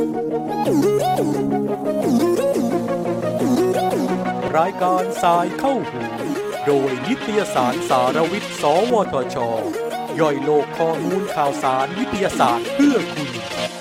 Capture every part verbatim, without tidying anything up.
รายการสายเข้าหูโดยนิตยสารสารวิทย์ สวทช.ย่อยโลกข้อมูลข่าวสารวิทยาศาสตร์เพื่อคุณ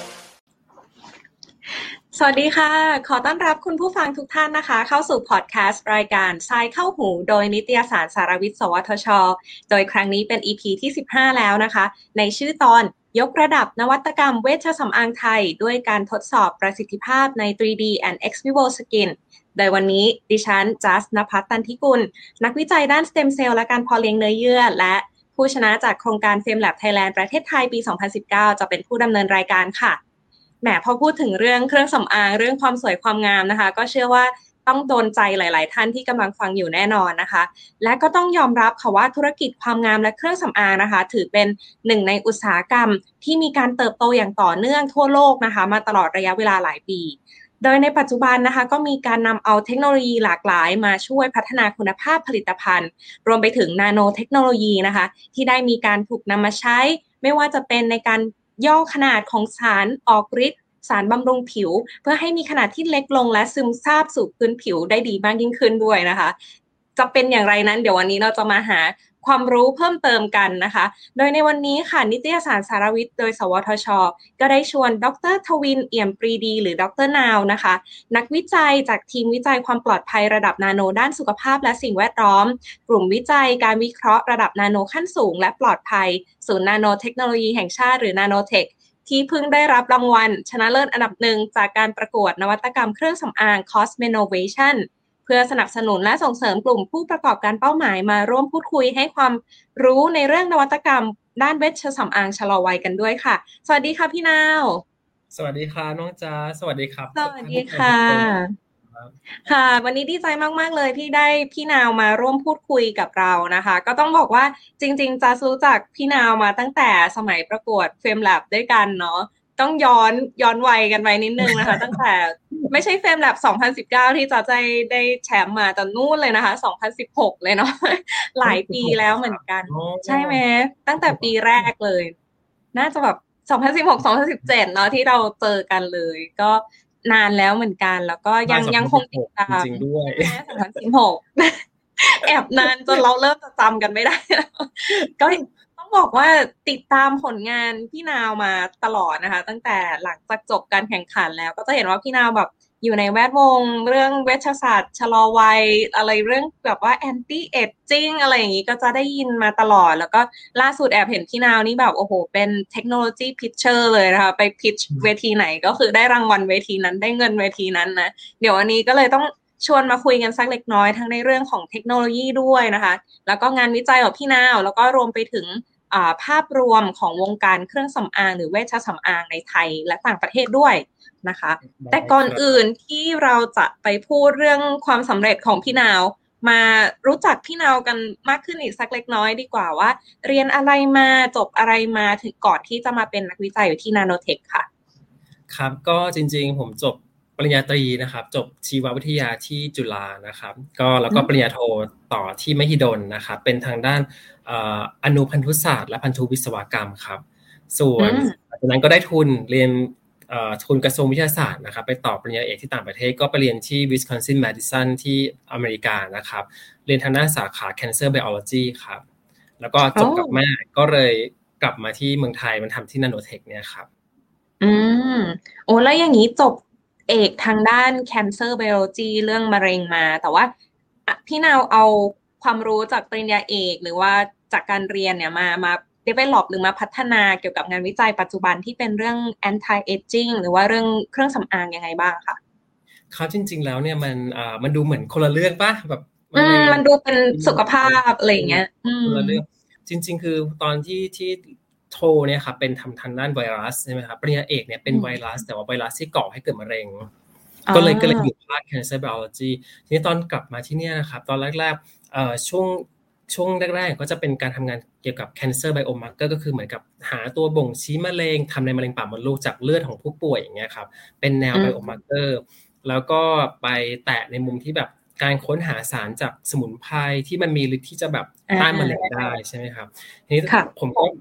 สวัสดีค่ะขอต้อนรับคุณผู้ฟังทุกท่านนะคะเข้าสู่พอดแคสต์รายการสายเข้าหูโดยนิตยสารสารวิทย์ สวทช.โดยครั้งนี้เป็น อี พี ที่สิบห้าแล้วนะคะในชื่อตอนยกระดับนวัตกรรมเวชสำอางไทยด้วยการทดสอบประสิทธิภาพใน ทรี ดี and Ex Vivo Skin โดยวันนี้ดิฉันจัสณภัทร ตันทิกุลนักวิจัยด้านสเต็มเซลล์และการเพาะเลี้ยงเนื้อเยื่อและผู้ชนะจากโครงการ FameLab Thailand ประเทศไทยปี สองพันสิบเก้า จะเป็นผู้ดำเนินรายการค่ะแหมพอพูดถึงเรื่องเครื่องสำอางเรื่องความสวยความงามนะคะก็เชื่อว่าต้องโดนใจหลายๆท่านที่กำลังฟังอยู่แน่นอนนะคะและก็ต้องยอมรับค่ะว่าธุรกิจความงามและเครื่องสำอางนะคะถือเป็นหนึ่งในอุตสาหกรรมที่มีการเติบโตอย่างต่อเนื่องทั่วโลกนะคะมาตลอดระยะเวลาหลายปีโดยในปัจจุบันนะคะก็มีการนำเอาเทคโนโลยีหลากหลายมาช่วยพัฒนาคุณภาพผลิตภัณฑ์รวมไปถึงนาโนเทคโนโลยีนะคะที่ได้มีการถูกนำมาใช้ไม่ว่าจะเป็นในการย่อขนาดของสารออกฤทธิ์สารบำรุงผิวเพื่อให้มีขนาดที่เล็กลงและซึมซาบสู่พื้นผิวได้ดีมากยิ่งขึ้นด้วยนะคะจะเป็นอย่างไรนั้นเดี๋ยววันนี้เราจะมาหาความรู้เพิ่มเติมกันนะคะโดยในวันนี้ค่ะนิตยสารสารวิทย์โดยสวทช.ก็ได้ชวนดร.ทวินเอี่ยมปรีดีหรือดร.นาวนะคะนักวิจัยจากทีมวิจัยความปลอดภัยระดับนาโนด้านสุขภาพและสิ่งแวดล้อมกลุ่มวิจัยการวิเคราะห์ระดับนาโนขั้นสูงและปลอดภัยศูนย์นาโนเทคโนโลยีแห่งชาติหรือนาโนเทคที่เพิ่งได้รับรางวัลชนะเลิศอันดับหนึ่งจากการประกวดนวัตกรรมเครื่องสำอาง Cosmenovation เพื่อสนับสนุนและส่งเสริมกลุ่มผู้ประกอบการเป้าหมายมาร่วมพูดคุยให้ความรู้ในเรื่องนวัตกรรมด้านเวชสำอางชะลอวัยกันด้วยค่ะสวัสดีค่ะพี่นาวสวัสดีค่ะน้องจ๊ะสวัสดีครับสวัสดีค่ะค่ะวันนี้ดีใจมากๆเลยที่ได้พี่นาวมาร่วมพูดคุยกับเรานะคะก็ต้องบอกว่าจริงๆจะรู้จักพี่นาวมาตั้งแต่สมัยประกวด FameLab ด้วยกันเนาะต้องย้อนย้อนวัยกันไปนิดนึงนะคะ ตั้งแต่ไม่ใช่ FameLab สองพันสิบเก้าที่จะได้ได้แชมป์มาแต่นู่นเลยนะคะสองพันสิบหกเลยเนาะ หลายปีแล้วเหมือนกันใช่ไหมตั้งแต่ปีแรกเลยน่าจะแบบสองพันสิบหก สองพันสิบเจ็ดเนาะที่เราเจอกันเลยก็นานแล้วเหมือนกันแล้วก็ยังยังคงติดตามจริงด้วยสองพันสิบหกแอบนานจนเราเริ่มจะจำกันไม่ได้ก็ต้องบอกว่าติดตามผลงานพี่นาวมาตลอดนะคะตั้งแต่หลังจากจบการแข่งขันแล้วก็จะเห็นว่าพี่นาวแบบอยู่ในแวดวงเรื่องเวชศาสตร์ชะลอวัยอะไรเรื่องแบบว่า anti aging อะไรอย่างนี้ก็จะได้ยินมาตลอดแล้วก็ล่าสุดแอบเห็นพี่นาวนี่แบบโอ้โหเป็นเทคโนโลยีพิชเชอร์เลยนะคะไปพิชเวทีไหนก็คือได้รางวัลเวทีนั้นได้เงินเวทีนั้นนะเดี๋ยววันนี้ก็เลยต้องชวนมาคุยกันสักเล็กน้อยทั้งในเรื่องของเทคโนโลยีด้วยนะคะแล้วก็งานวิจัยของพี่นาวแล้วก็รวมไปถึงภาพรวมของวงการเครื่องสำอางหรือเวชสำอางในไทยและต่างประเทศด้วยนะคะแต่ก่อนอื่นที่เราจะไปพูดเรื่องความสำเร็จของพี่นาวมารู้จักพี่นาวกันมากขึ้นอีกสักเล็กน้อยดีกว่าว่าเรียนอะไรมาจบอะไรมาถึงก่อนที่จะมาเป็นนักวิจัยอยู่ที่นาโนเทคค่ะครับก็จริงๆผมจบปริญญาตรีนะครับจบชีววิทยาที่จุฬานะครับก็แล้วก็ปริญญาโทต่อที่มหิดลนะครับเป็นทางด้านอนุพันธุศาสตร์และพันธุวิศวกรรมครับส่วนจากนั้นก็ได้ทุนเรียนทุนกระทรวงวิทยาศาสตร์นะครับไปต่อปริญญาเอกที่ต่างประเทศก็ไปเรียนที่ Wisconsin Madison ที่อเมริกานะครับเรียนทางด้านสาขา Cancer Biology ครับแล้วก็จบกลับมาก็เลยกลับมาที่เมืองไทยมันทำที่ Nanotech เนี่ยครับอืมโอ้แล้วอย่างนี้จบเอกทางด้าน Cancer Biology เรื่องมะเร็งมาแต่ว่าพี่นาวเอาความรู้จากปริญญาเอกหรือว่าจากการเรียนเนี่ยมามา develop หรือมาพัฒนาเกี่ยวกับงานวิจัยปัจจุบันที่เป็นเรื่อง anti aging หรือว่าเรื่องเครื่องสำอางยังไงบ้างคะครับจริงๆแล้วเนี่ยมันอ่ามันดูเหมือนคนละเรื่องป่ะแบบอืมมันดูเป็นสุขภาพอะไรอย่างเงี้ยอืมคนละเรื่องจริงๆคือตอนที่ที่โทเนี่ยครับเป็นทำทางด้านไวรัสใช่ไหมครับปริญญาเอกเนี่ยเป็นไวรัสแต่ว่าไวรัสที่ก่อให้เกิดมะเร็งก็เลยก็เลยอยู่ภาค Cancer Biology ทีนี้ตอนกลับมาที่เนี่ยนะครับตอนแรกๆเอ่อช่วงช่วงแรกๆก็จะเป็นการทำงานเกี่ยวกับ Cancer Biomarker ก็คือเหมือนกับหาตัวบ่งชี้มะเร็งทำในมะเร็งปากมดลูกจากเลือดของผู้ป่วยอย่างเงี้ยครับเป็นแนว Biomarker แล้วก็ไปแตะในมุมที่แบบการค้นหาสารจากสมุนไพรที่มันมีฤทธิ์ที่จะแบบต้านมะเร็งได้ใช่ไหมครับทีนี้ผมก็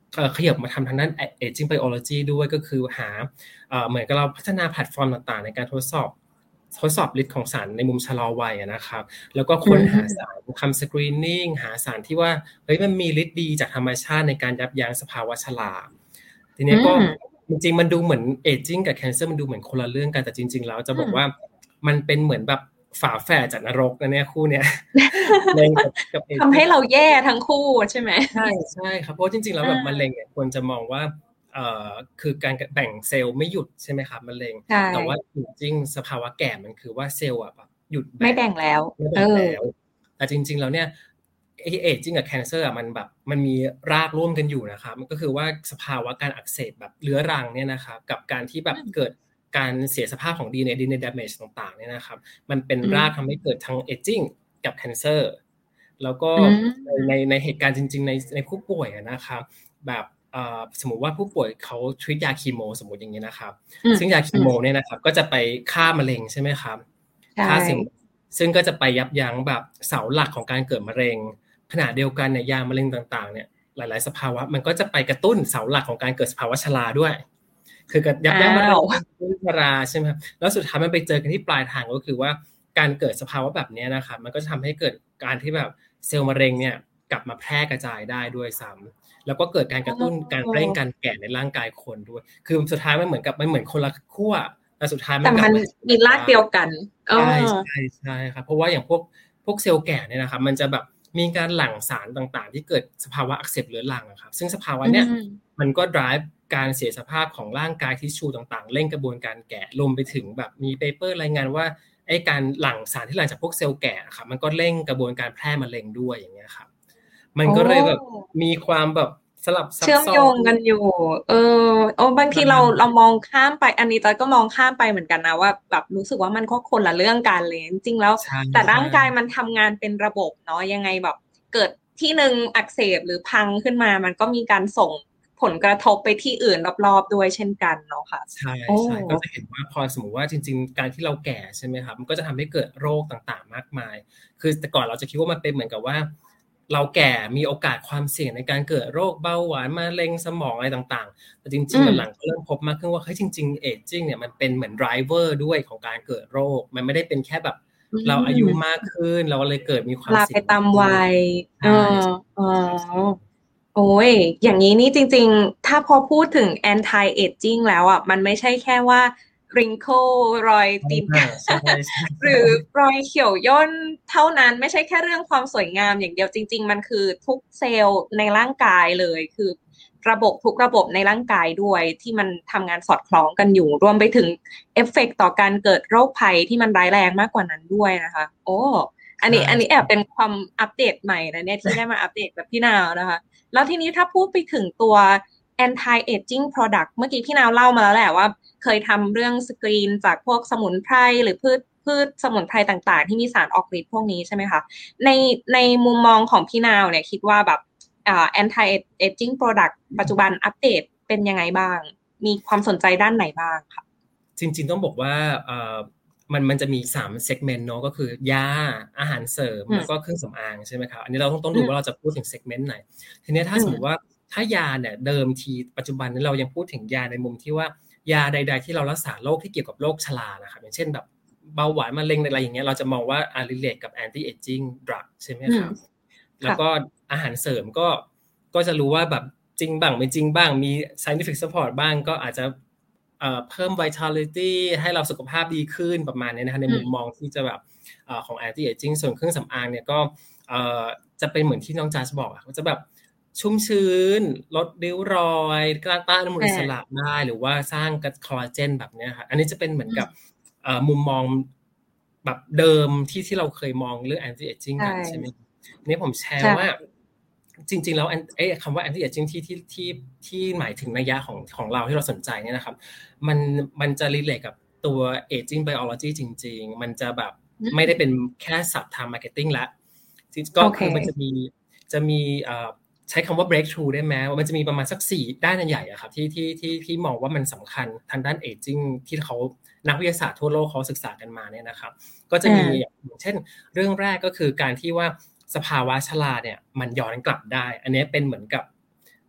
ขยับมาทำทางด้าน aging biology ด้วยก็คือหาเหมือนกับเราพัฒนาแพลตฟอร์มต่างๆในการทดสอบทดสอบฤทธิ์ของสารในมุมชะลอวัยนะครับแล้วก็ค้นหาสารทำสกรีนนิ่งหาสารที่ว่าเฮ้ยมันมีฤทธิ์ดีจากธรรมชาติในการยับยั้งสภาวะชราทีนี้ก็จริงๆมันดูเหมือน aging กับ cancer มันดูเหมือนคนละเรื่องกันแต่จริงๆแล้วจะบอกว่ามันเป็นเหมือนแบบฝาแฝดจากนรกนะเนี่ยคู่เนี้ยทำให้เราแย่ทั้งคู่ใช่ไหมใช่ใช่ครับเพราะจริงๆแล้วแบบมะเร็งเนี่ยควรจะมองว่าเอ่อคือการแบ่งเซลล์ไม่หยุดใช่ไหมครับมะเร็งแต่ว่าจริงๆสภาวะแก่มันคือว่าเซลล์อ่ะแบบหยุดไม่แบ่งแล้วไม่แบ่งแล้วแต่จริงๆแล้วเนี่ยไอ้เอจจิ้งกับแคนเซอร์อ่ะมันแบบมันมีรากร่วมกันอยู่นะครับมันก็คือว่าสภาวะการอักเสบแบบเรื้อรังเนี่ยนะครับกับการที่แบบเกิดการเสียสภาพของ ดี เอ็น เอ ดี เอ็น เอ damage ต่างๆเนี่ยนะครับมันเป็นรากทำให้เกิดทั้งเอจจิ้งกับแคนเซอร์แล้วก็ในในเหตุการณ์จริงๆในในผู้ป่วยนะครับแบบสมมุติว่าผู้ป่วยเขาทรีตยาคีโมสมมุติอย่างนี้นะครับซึ่งยาคีโมเนี่ยนะครับก็จะไปฆ่ามะเร็งใช่ไหมครับฆ่าสิ่งซึ่งก็จะไปยับยั้งแบบเสาหลักของการเกิดมะเร็งขณะเดียวกันเนี่ยยามะเร็งต่างๆเนี่ยหลายๆสภาวะมันก็จะไปกระตุ้นเสาหลักของการเกิดสภาวะชราด้วยคือยับยั้งมะเร็งชราใช่ไหมครับแล้วสุดท้ายมันไปเจอกันที่ปลายทางก็คือว่าการเกิดสภาวะแบบนี้นะครับมันก็จะทำให้เกิดการที่แบบเซลล์มะเร็งเนี่ยกลับมาแพร่กระจายได้ด้วยซ้ำแล้วก็เกิดการกระตุ้นการเร่งการแก่ในร่างกายคนด้วยคือสุดท้ายมันเหมือนกับมันเหมือนคนละขั้วแต่สุดท้ายมันมันมีรากเดียวกันใช่ใช่ใช่ครับเพราะว่าอย่างพวกพวกเซลล์แก่เนี่ยนะครับมันจะแบบมีการหลั่งสารต่างๆที่เกิดสภาวะอักเสบเรื้อรังครับซึ่งสภาวะเนี้ยมันก็ drive การเสียสภาพของร่างกายทิชชูต่างๆเร่งกระบวนการแก่รวมไปถึงแบบมีเปเปอร์รายงานว่าไอ้การหลั่งสารที่หลั่งจากพวกเซลล์แก่ครับมันก็เร่งกระบวนการแพร่มะเร็งด้วยอย่างเงี้ยครับมันก็เลยแบบมีความแบบสลับซับซ้อนเชื่อมโยงกันอยู่เออโอ้บางทีเราเรามองข้ามไปอันนี้จอยก็มองข้ามไปเหมือนกันนะว่าแบบรู้สึกว่ามันก็คนละเรื่องกันเลยจริงๆแล้วแต่ร่างกายมันทำงานเป็นระบบเนาะยังไงแบบเกิดที่นึงอักเสบหรือพังขึ้นมามันก็มีการส่งผลกระทบไปที่อื่นรอบๆด้วยเช่นกันเนาะค่ะใช่ใช่ก็จะเห็นว่าพอสมมติว่าจริงๆการที่เราแก่ใช่ไหมครับมันก็จะทำให้เกิดโรคต่างๆมากมายคือแต่ก่อนเราจะคิดว่ามันเป็นเหมือนกับว่าเราแก่มีโอกาสความเสี่ยงในการเกิดโรคเบาหวานมะเร็งสมองอะไรต่างๆแต่จริงๆหลังๆก็เริ่มพบมากขึ้นว่าเฮ้ยจริงๆเอจจิ้งเนี่ยมันเป็นเหมือนไดรเวอร์ด้วยของการเกิดโรคมันไม่ได้เป็นแค่แบบเราอายุมากขึ้นเราเลยเกิดมีความเสี่ยงไปตามวัยอ๋ออ๋อโอ้ยอย่างนี้นี่จริงๆถ้าพอพูดถึง anti aging แล้วอ่ะมันไม่ใช่แค่ว่า wrinkle รอยตีนกาหรือรอยเขียวย่นเท่านั้นไม่ใช่แค่เรื่องความสวยงามอย่างเดียวจริงๆมันคือทุกเซลล์ในร่างกายเลยคือระบบทุกระบบในร่างกายด้วยที่มันทำงานสอดคล้องกันอยู่รวมไปถึงเอฟเฟกต์ต่อการเกิดโรคภัยที่มันร้ายแรงมากกว่านั้นด้วยนะคะโอ้อันนี้อันนี้แอบเป็นความอัปเดตใหม่นะเนี่ยที่ได้มาอัปเดตแบบพี่นาวนะคะแล้วทีนี้ถ้าพูดไปถึงตัว anti aging product เมื่อกี้พี่นาวเล่ามาแล้วแหละว่าเคยทำเรื่องสกรีนจากพวกสมุนไพรหรือพืชพืชสมุนไพรต่างๆที่มีสารออกฤทธิ์พวกนี้ใช่ไหมคะในในมุมมองของพี่นาวเนี่ยคิดว่าแบบอ่า anti aging product ปัจจุบันอัปเดตเป็นยังไงบ้างมีความสนใจด้านไหนบ้างคะจริงๆต้องบอกว่าเอ่อมันมันจะมีสามเซกเมนต์เนาะก็คือยาอาหารเสริมแล้วก็เครื่องสำอางใช่ไหมครับอันนี้เราต้องต้องดูว่าเราจะพูดถึงเซกเมนต์ไหนทีนี้ถ้าสมมติว่าถ้ายาเนี่ยเดิมทีปัจจุบันนี้เรายังพูดถึงยาในมุมที่ว่ายาใดๆที่เรารักษาโรคที่เกี่ยวกับโรคชรานะครับอย่างเช่นแบบเบาหวานมะเร็งอะไรอย่างเงี้ยเราจะมองว่า relate กับ anti aging drug ใช่ไหมครับแล้วก็อาหารเสริมก็ก็จะรู้ว่าแบบจริงบ้างไม่จริงบ้างมี scientific support บ้างก็อาจจะเอ่อเพิ่ม vitality ให้เราสุขภาพดีขึ้นประมาณนี้นะคะในมุมมองที่จะแบบเอ่อของ anti aging ส่วนเครื่องสำอางเนี่ยก็เอ่อจะเป็นเหมือนที่น้องจัสบอกอ่ะจะแบบชุ่มชื้นลดริ้วรอยกล้าต้านอนุมูลอิสระได้หรือว่าสร้างคอลลาเจนแบบนี้ค่ะอันนี้จะเป็นเหมือนกับเอ่อมุมมองแบบเดิมที่ที่เราเคยมองเรื่อง anti aging กันใช่ไหมนี่ผมแชร์ว่าจริงๆแล้วไอ้คำว่า anti aging ที่ที่ที่ที่หมายถึงนัยยะของของเราที่เราสนใจเนี่ยนะครับมันมันจะ relate กับตัว aging biology จริงๆมันจะแบบไม่ได้เป็นแค่ศัพท์ทาง marketing ละก็คือมันจะมีจะมีใช้คำว่า breakthrough ได้ไหมว่ามันจะมีประมาณสักสี่ด้านใหญ่อะครับที่ที่ที่ที่มองว่ามันสำคัญทางด้าน aging ที่เขานักวิทยาศาสตร์ทั่วโลกเขาศึกษากันมาเนี่ยนะครับก็จะมีอย่างเช่นเรื่องแรกก็คือการที่ว่าสภาวะชราเนี่ยมันย้อนกลับได้อันนี้เป็นเหมือนกับ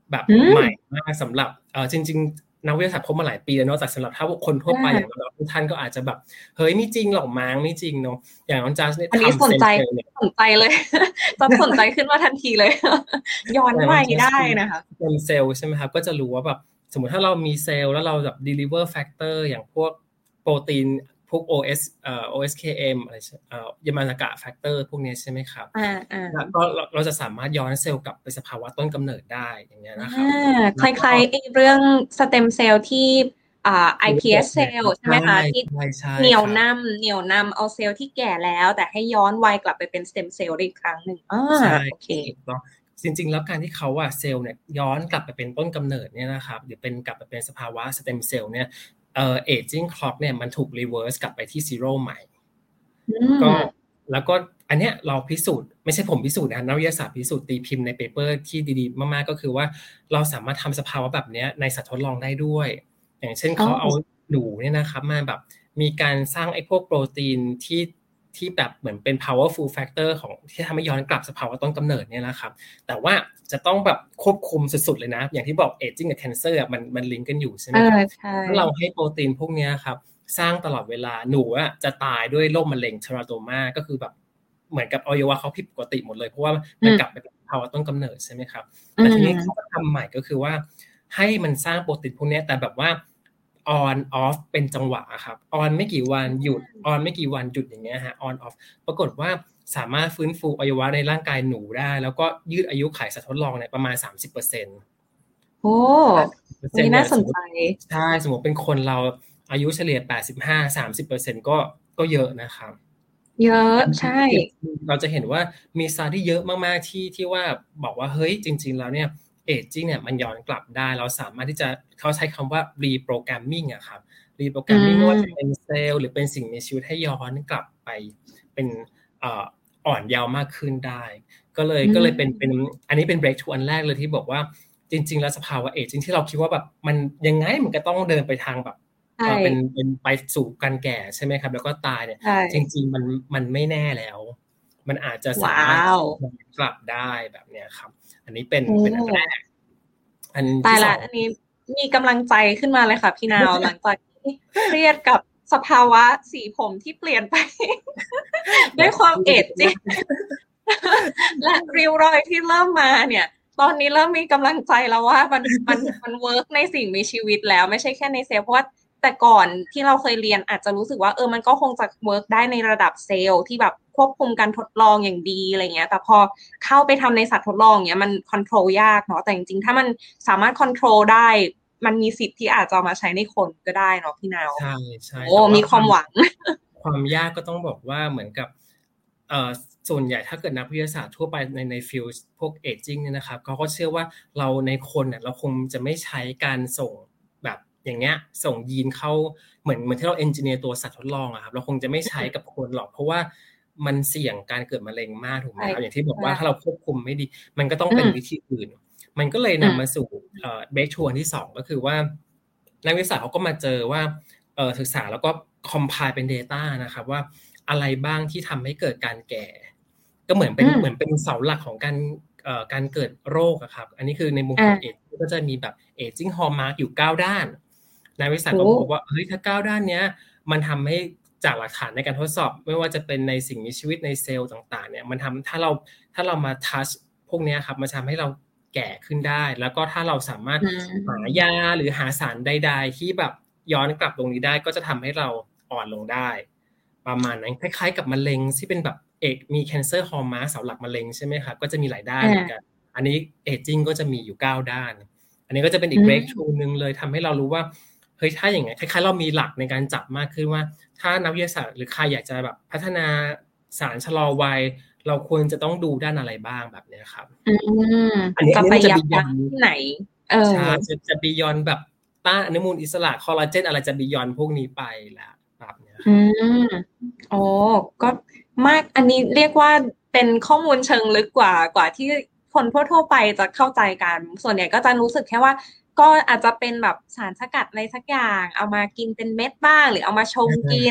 แบบใหม่มากสำหรับเออจริงๆนักวิทยาศาสตร์พบมาหลายปีแล้วเนาะแต่สำหรับถ้าคนทั่วไปอย่างเราทุกท่านก็อาจจะแบบเฮ้ยไม่จริงหรอกมั้งไม่จริงเนาะอย่างน้องจัสเนี่ยทำเซลล์เนี่ยสนใจเลยจะสนใจขึ้นมาทันทีเลยย้อนวัยได้นะคะเซลล์เซลล์ใช่ไหมครับก็จะรู้ว่าแบบสมมติถ้าเรามีเซลล์แล้วเราแบบ deliver factor อย่างพวกโปรตีนพวก โอ เอส เอ่อ โอ เอส เค เอ็ม อะไรเอ่อยามาากะแฟกเตอร์พวกนี้ใช่ไหมครับอ่าๆแล้วก็เราจะสามารถย้อนเซลล์กลับไปสภาวะต้นกำเนิดได้อย่างเงี้ยนะครับคล้ายๆไอ้เรื่องสเต็มเซลล์ที่อ่า ไอ พี เอส เซลล์ใช่ไหมคะที่เหนี่ยวนำเหนี่ยวนำเอาเซลล์ที่แก่แล้วแต่ให้ย้อนวัยกลับไปเป็นสเต็มเซลล์อีกครั้งหนึ่งอ่าโอเคจริงๆแล้วการที่เขาอะเซลล์เนี่ยย้อนกลับไปเป็นต้นกำเนิดเนี่ยนะครับหรือเป็นกลับไปเป็นสภาวะสเต็มเซลล์เนี่ยเอ่อ aging clock เนี่ยมันถูก reverse กลับไปที่ zero ใหม่ก็แล้วก็อันเนี้ยเราพิสูจน์ไม่ใช่ผมพิสูจน์นะนักวิทยาศาสตร์พิสูจน์ตีพิมพ์ในเปเปอร์ที่ดีๆมากๆก็คือว่าเราสามารถทำสภาวะแบบนี้ในสัตว์ทดลองได้ด้วยอย่างเช่นเขาเอาหนูเนี่ยนะครับมาแบบมีการสร้างไอ้พวกโปรตีนที่ที่แบบเหมือนเป็น powerful factor ของที่ทำให้ย้อนกลับสภาวะต้นกำเนิดเนี่ยนะครับแต่ว่าจะต้องแบบควบคุมสุดๆเลยนะอย่างที่บอก aging กับ cancer อ่ะมันมันลิงก์กันอยู่ใช่ไหมครับถ้าเราให้โปรตีนพวกนี้ครับสร้างตลอดเวลาหนูอ่ะจะตายด้วยโรคมะเร็งเทราโตมาก็คือแบบเหมือนกับอวัยวะเขาผิดปกติหมดเลยเพราะว่ามันกลับไปเป็นภาวะต้นกำเนิดใช่ไหมครับแต่ทีนี้เขาก็ทำใหม่ก็คือว่าให้มันสร้างโปรตีนพวกนี้แต่แบบว่า on off เป็นจังหวะครับ on ไม่กี่วันหยุด on ไม่กี่วันหยุดอย่างเงี้ยฮะ on off ปรากฏว่าสามารถฟื้นฟูอวัยวะในร่างกายหนูได้แล้วก็ยืดอายุขัยสัตว์ทดลองเนี่ยประมาณ สามสิบเปอร์เซ็นต์โอ้นี่น่าสนใจใช่สมมติเป็นคนเราอายุเฉลี่ยแปดสิบห้า สามสิบเปอร์เซ็นต์ ก็ก็เยอะนะครับเยอะใช่เราจะเห็นว่ามีสตาร์ดี้เยอะมากๆที่ที่ว่าบอกว่าเฮ้ยจริงๆแล้วเนี่ยเอจจิ้งเนี่ยมันย้อนกลับได้เราสามารถที่จะเขาใช้คำว่า reprogramming อะครับ reprogramming ไม่ว่าจะเป็นเซลล์หรือเป็นสิ่งมีชีวิตให้ย้อนกลับไปเป็นอ่อนเยาว์มากขึ้นได้ก็เลยก็เลยเป็นเป็นอันนี้เป็น breakthrough อันแรกเลยที่บอกว่าจริงๆแล้วสภาวะเอจจิ้งที่เราคิดว่าแบบมันยังไงมันก็ต้องเดินไปทางแบบเป็นเป็นไปสู่การแก่ใช่ไหมครับแล้วก็ตายเนี่ยจริงๆมันมันไม่แน่แล้วมันอาจจะสามารถกลับได้แบบเนี้ยครับอันนี้เป็นเป็นอันแรกอันที่สองอันนี้มีกำลังใจขึ้นมาเลยค่ะพี่นาวหลังจากที่เครียดกับสภาวะสีผมที่เปลี่ยนไปด้วยความเอจจิ้งและริ้วรอยที่เริ่มมาเนี่ยตอนนี้เริ่มมีกำลังใจแล้วว่ามันมันมันเวิร์กในสิ่งมีชีวิตแล้วไม่ใช่แค่ในเซลล์เพราะว่าแต่ก่อนที่เราเคยเรียนอาจจะรู้สึกว่าเออมันก็คงจะเวิร์กได้ในระดับเซลล์ที่แบบควบคุมการทดลองอย่างดีอะไรเงี้ยแต่พอเข้าไปทำในสัตว์ทดลองเงี้ยมันคอนโทรลยากเนาะแต่จริงๆถ้ามันสามารถคอนโทรลได้มันมีสิทธิ์ที่อาจจะมาใช้ในคนก็ได้เนาะพี่นาวใช่ใช่โอ้มีความหวังความยากก็ต้องบอกว่าเหมือนกับเอ่อส่วนใหญ่ถ้าเกิดนักวิทยาศาสตร์ทั่วไปในในฟิลด์พวกเอจจิ้งเนี่ยนะครับเขาก็เชื่อว่าเราในคนเนี่ยเราคงจะไม่ใช้การส่งแบบอย่างเงี้ยส่งยีนเข้าเหมือนเหมือนที่เราเอนจิเนียร์ตัวสัตว์ทดลองอะครับเราคงจะไม่ใช้กับคนหรอกเพราะว่ามันเสี่ยงการเกิดมะเร็งมากถูกไหมครับอย่างที่บอกว่าถ้าเราควบคุมไม่ดีมันก็ต้องเป็นวิธีอื่นมันก็เลยนำมาสู่เอ่อเบรกทรูอันที่สองก็คือว่านักวิทยาศาสตร์เขาก็มาเจอว่าเอ่อศึกษาแล้วก็คอมไพล์เป็น data นะครับว่าอะไรบ้างที่ทำให้เกิดการแก่ก็เหมือนเป็นเหมือนเป็นเสาหลักของการเอ่อการเกิดโรคอะครับอันนี้คือในมุมของเอจก็จะมีแบบเอจจิ้งฮอลมาร์กอยู่เก้าด้านนักวิทยาศาสตร์ก็บอกว่าเฮ้ยถ้าเก้าด้านเนี้ยมันทำให้จากหลักฐานในการทดสอบไม่ว่าจะเป็นในสิ่งมีชีวิตในเซลล์ต่างๆเนี่ยมันทำถ้าเราถ้าเรามาทัชพวกนี้ครับมันทำให้เราแก่ขึ้นได้แล้วก็ถ้าเราสามารถหายาหรือหาสารใดๆที่แบบย้อนกลับตรงนี้ได้ก็จะทำให้เราอ่อนลงได้ประมาณนั้นคล้ายๆกับมะเร็งที่เป็นแบบเอกมี cancer hallmark เสาหลักมะเร็งใช่ไหมครับก็จะมีหลายด้านเหมือนกันอันนี้ aging ก็จะมีอยู่เก้าด้านอันนี้ก็จะเป็นอีก breakthrough นึงเลยทำให้เรารู้ว่าเฮ้ยถ้าอย่างไงคล้ายๆเรามีหลักในการจับมากขึ้นว่าถ้านักวิทยาศาสตร์หรือใครอยากจะแบบพัฒนาสารชะลอวัยเราควรจะต้องดูด้านอะไรบ้างแบบนี้ครับอันนี้มันจะบียอนที่ไหนเออใช่จะจะบียอนแบบต้านอนุมูลอิสระคอลลาเจนอะไรจะบียอนพวกนี้ไปแล้วแบบนี้อืมโอ้ก็มากอันนี้เรียกว่าเป็นข้อมูลเชิงลึกกว่ากว่าที่คนทั่วๆไปจะเข้าใจกันส่วนใหญ่ก็จะรู้สึกแค่ว่าก็อาจจะเป็นแบบสารสกัดอะไรสักอย่างเอามากินเป็นเม็ดบ้างหรือเอามาชงกิน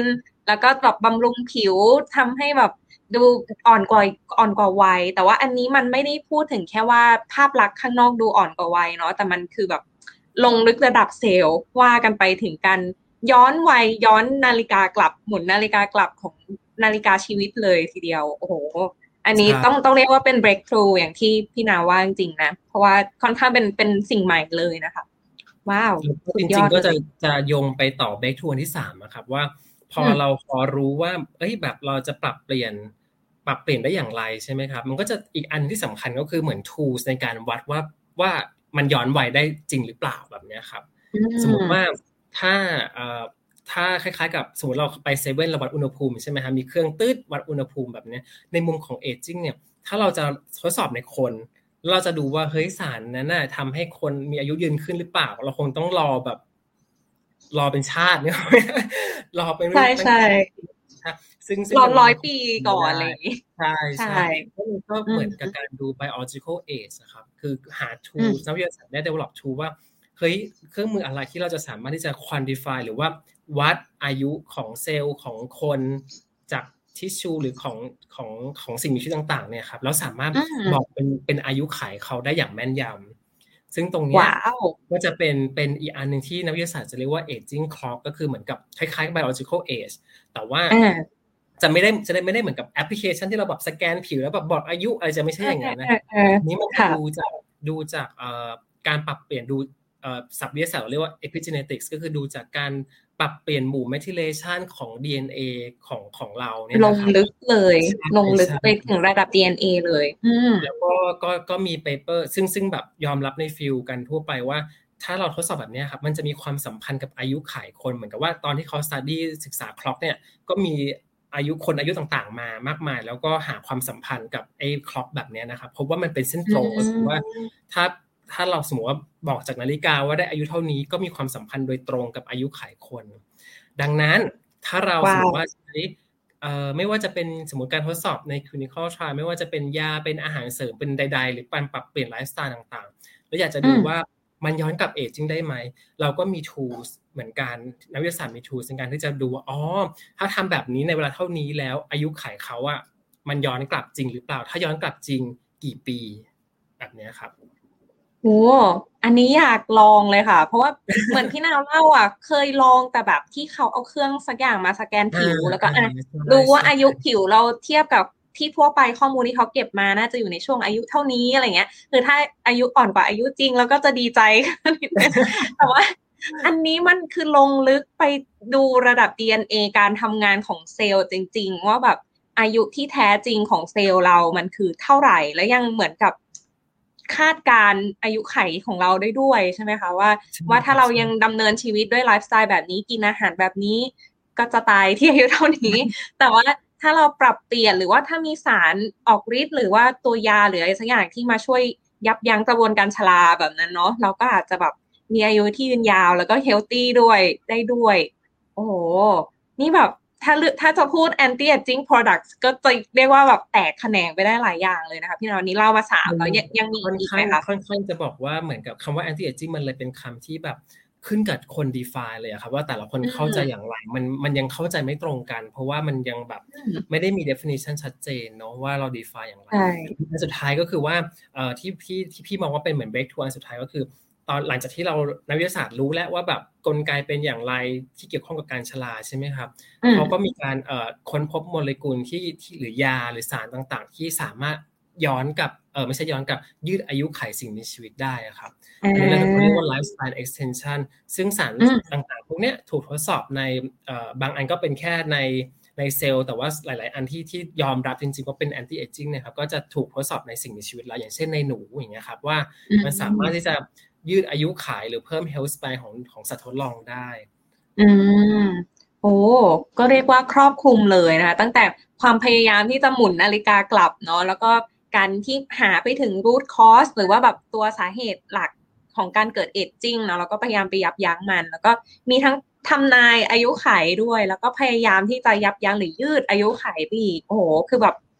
แล้วก็แบบบำรุงผิวทำให้แบบดูอ่อนกว่าอ่อนกว่าวัยแต่ว่าอันนี้มันไม่ได้พูดถึงแค่ว่าภาพลักษณ์ข้างนอกดูอ่อนกว่าวัยเนาะแต่มันคือแบบลงลึกระดับเซลล์ว่ากันไปถึงการย้อนวัยย้อนนาฬิกากลับหมุนนาฬิกากลับของนาฬิกาชีวิตเลยทีเดียวโอ้โหอันนี้ต้องต้องเรียกว่าเป็น breakthrough อย่างที่พี่นาว่าจริงๆนะเพราะว่าค่อนข้างเป็นเป็นสิ่งใหม่เลยนะคะว้าวจริงๆก็จะจะโยงไปต่อ breakthrough อันที่สามอะครับว่าพอเราพอรู้ว่าเอ้ยแบบเราจะปรับเปลี่ยนปรับเปลี่ยนได้อย่างไรใช่ไหมครับมันก็จะอีกอันที่สำคัญก็คือเหมือน tools ในการวัดว่าว่ามันย้อนวัยได้จริงหรือเปล่าแบบนี้ครับสมมติว่าถ้าเอ่อถ้าคล้ายๆกับสมมติเราไปเซเว่นเราวัดอุณหภูมิใช่ไหมครับมีเครื่องตืดวัดอุณหภูมิแบบนี้ในมุมของ aging เนี่ยถ้าเราจะทดสอบในคนเราจะดูว่าเฮ้ยสารนั้นน่ะทำให้คนมีอายุยืนขึ้นหรือเปล่าเราคงต้องรอแบบรอเป็นชาติเนี่ยรอเป็นใช่ใช่ซึ่งรอร้อยปีก่อนเลยใช่ใช่ก็เหมือนกับการดู biological age นะครับคือหา tools นักวิทยาศาสตร์ได้ develop tool ว่าเฮ้ยเครื่องมืออะไรที่เราจะสามารถที่จะ quantify หรือว่าวัดอายุของเซลล์ของคนจากทิชชูหรือของของของสิ่งมีชีวิตต่างๆเนี่ยครับแล้วสามารถบอกเป็นเป็นอายุขัยเขาได้อย่างแม่นยำซึ่งตรงนี้ก็จะเป็นเป็นอีกอันหนึ่งที่นักวิทยาศาสตร์จะเรียกว่า aging clock ก็คือเหมือนกับคล้ายๆ biological age แต่ว่าจะไม่ได้จะได้ไม่ได้เหมือนกับแอปพลิเคชันที่เราแบบสแกนผิวแล้วแบบบอกอายุอะไรจะไม่ใช่อย่างนั้นนะนี้มันจะดูจากดูจากการปรับเปลี่ยนดูศัพท์วิทยาศาสตร์เราเรียกว่า epigenetics ก็คือดูจากการปรับเปลี่ยนหมู่ methylation ของ ดี เอ็น เอ ของของเราเนี่ยลงลึกเลยลงลึกไปถึงระดับ ดี เอ็น เอ เลยแล้วก็ก็ก็มีเปเปอร์ซึ่งซึ่งแบบยอมรับในฟิลกันทั่วไปว่าถ้าเราทดสอบแบบนี้ครับมันจะมีความสัมพันธ์กับอายุขัยคนเหมือนกับว่าตอนที่เขา study ศึกษาคล็อกเนี่ยก็มีอายุคนอายุต่างๆมามากมายแล้วก็หาความสัมพันธ์กับไอ้คล็อกแบบนี้นะครับพบว่ามันเป็นเส้นตรงก็คือว่าถ้าถ้าเราสมมติว่าบอกจากนาฬิกาว่าได้อายุเท่านี้ก็มีความสัมพันธ์โดยตรงกับอายุขัยคนดังนั้นถ้าเราสมมติว่าใช้เอ่อไม่ว่าจะเป็นสมมติการทดสอบใน clinical trial ไม่ว่าจะเป็นยาเป็นอาหารเสริมเป็นใดๆหรือการปรับเปลี่ยนไลฟ์สไตล์ต่างๆแล้วอยากจะดูว่ามันย้อนกลับเอจจิ้งได้ไหมเราก็มี tools เหมือนกันนักวิทยาศาสตร์มี tools ในการที่จะดูว่าอ๋อถ้าทำแบบนี้ในเวลาเท่านี้แล้วอายุขัยเขาอะมันย้อนกลับจริงหรือเปล่าถ้าย้อนกลับจริงกี่ปีแบบนี้ครับโอ้อันนี้อยากลองเลยค่ะเพราะว่าเหมือนพี่นาวเล่าอ่ะเคยลองแต่แบบที่เขาเอาเครื่องสักอย่างมาสแกนผิวแล้วก็อ่ะรู้ว่าอายุผิวเราเทียบกับที่ทั่วไปข้อมูลที่เขาเก็บมาน่าจะอยู่ในช่วงอายุเท่านี้อะไรเงี้ยคือถ้าอายุอ่อนกว่าอายุจริงเราก็จะดีใจแต่ว่าอันนี้มันคือลงลึกไปดูระดับ ดี เอ็น เอ การทำงานของเซลล์จริงๆว่าแบบอายุที่แท้จริงของเซลล์เรามันคือเท่าไหร่แล้วยังเหมือนกับคาดการอายุไขของเราได้ด้วยใช่ไหมคะว่าว่าถ้าเรายังดำเนินชีวิตด้วยไลฟ์สไตล์แบบนี้กินอาหารแบบนี้ก็จะตายที่อายุเท่านี้แต่ว่าถ้าเราปรับเปลี่ยนหรือว่าถ้ามีสารออกฤทธิ์หรือว่าตัวยาหรืออะไรสักอย่างที่มาช่วยยับยั้งกระบวนการชราแบบนั้นเนาะเราก็อาจจะแบบมีอายุที่ยืนยาวแล้วก็เฮลตี้ด้วยได้ด้วยโอ้โหนี่แบบถ้าถ้าจะพูด anti aging products ก็จะเรียกว่าแบบแตกแขนงไปได้หลายอย่างเลยนะคะพี่นาวนี้เล่ามาสามแล้วยังมีอีกไหมคะค่อนข้างจะบอกว่าเหมือนกับคำว่า anti aging มันเลยเป็นคำที่แบบขึ้นกับคน define เลยครับว่าแต่ละคนเข้าใจอย่างไรมันมันยังเข้าใจไม่ตรงกันเพราะว่ามันยังแบบไม่ได้มี definition ชัดเจนเนาะว่าเรา define อย่างไรอันสุดท้ายก็คือว่าเอ่อที่พี่ที่พี่มองว่าเป็นเหมือน breakthrough อันสุดท้ายก็คือตอนหลังจากที่เรานักวิทยาศาสตร์รู้แล้วว่าแบบกลไกเป็นอย่างไรที่เกี่ยวข้องกับการชราใช่ไหมครับเขาก็มีการเอ่อค้นพบโมเลกุลที่ที่หรือยาหรือสารต่างๆที่สามารถย้อนกับเออไม่ใช่ย้อนกับยืดอายุขัยสิ่งมีชีวิตได้ครับอันนี้เราเรียกว่า lifespan extension ซึ่งสารต่างๆพวกนี้ถูกทดสอบในเอ่อบางอันก็เป็นแค่ในในเซลล์แต่ว่าหลายๆอันที่ที่ยอมรับจริงๆว่าเป็น anti aging เนี่ยครับก็จะถูกทดสอบในสิ่งมีชีวิตแล้วอย่างเช่นในหนูอย่างเงี้ยครับว่ามันสามารถที่จะยืดอายุขัยหรือเพิ่ม health span ของของสัตว์ทดลองได้อืมโอ้ก็เรียกว่าครอบคลุมเลยนะคะตั้งแต่ความพยายามที่จะหมุนนาฬิกากลับเนาะแล้วก็การที่หาไปถึง root cause หรือว่าแบบตัวสาเหตุหลักของการเกิด aging เนาะแล้วก็พยายามไปยับยั้งมันแล้วก็มีทั้งทำนายอายุขัยด้วยแล้วก็พยายามที่จะยับยั้งหรือยืดอายุขัยไปอีกโอ้โหคือแบบ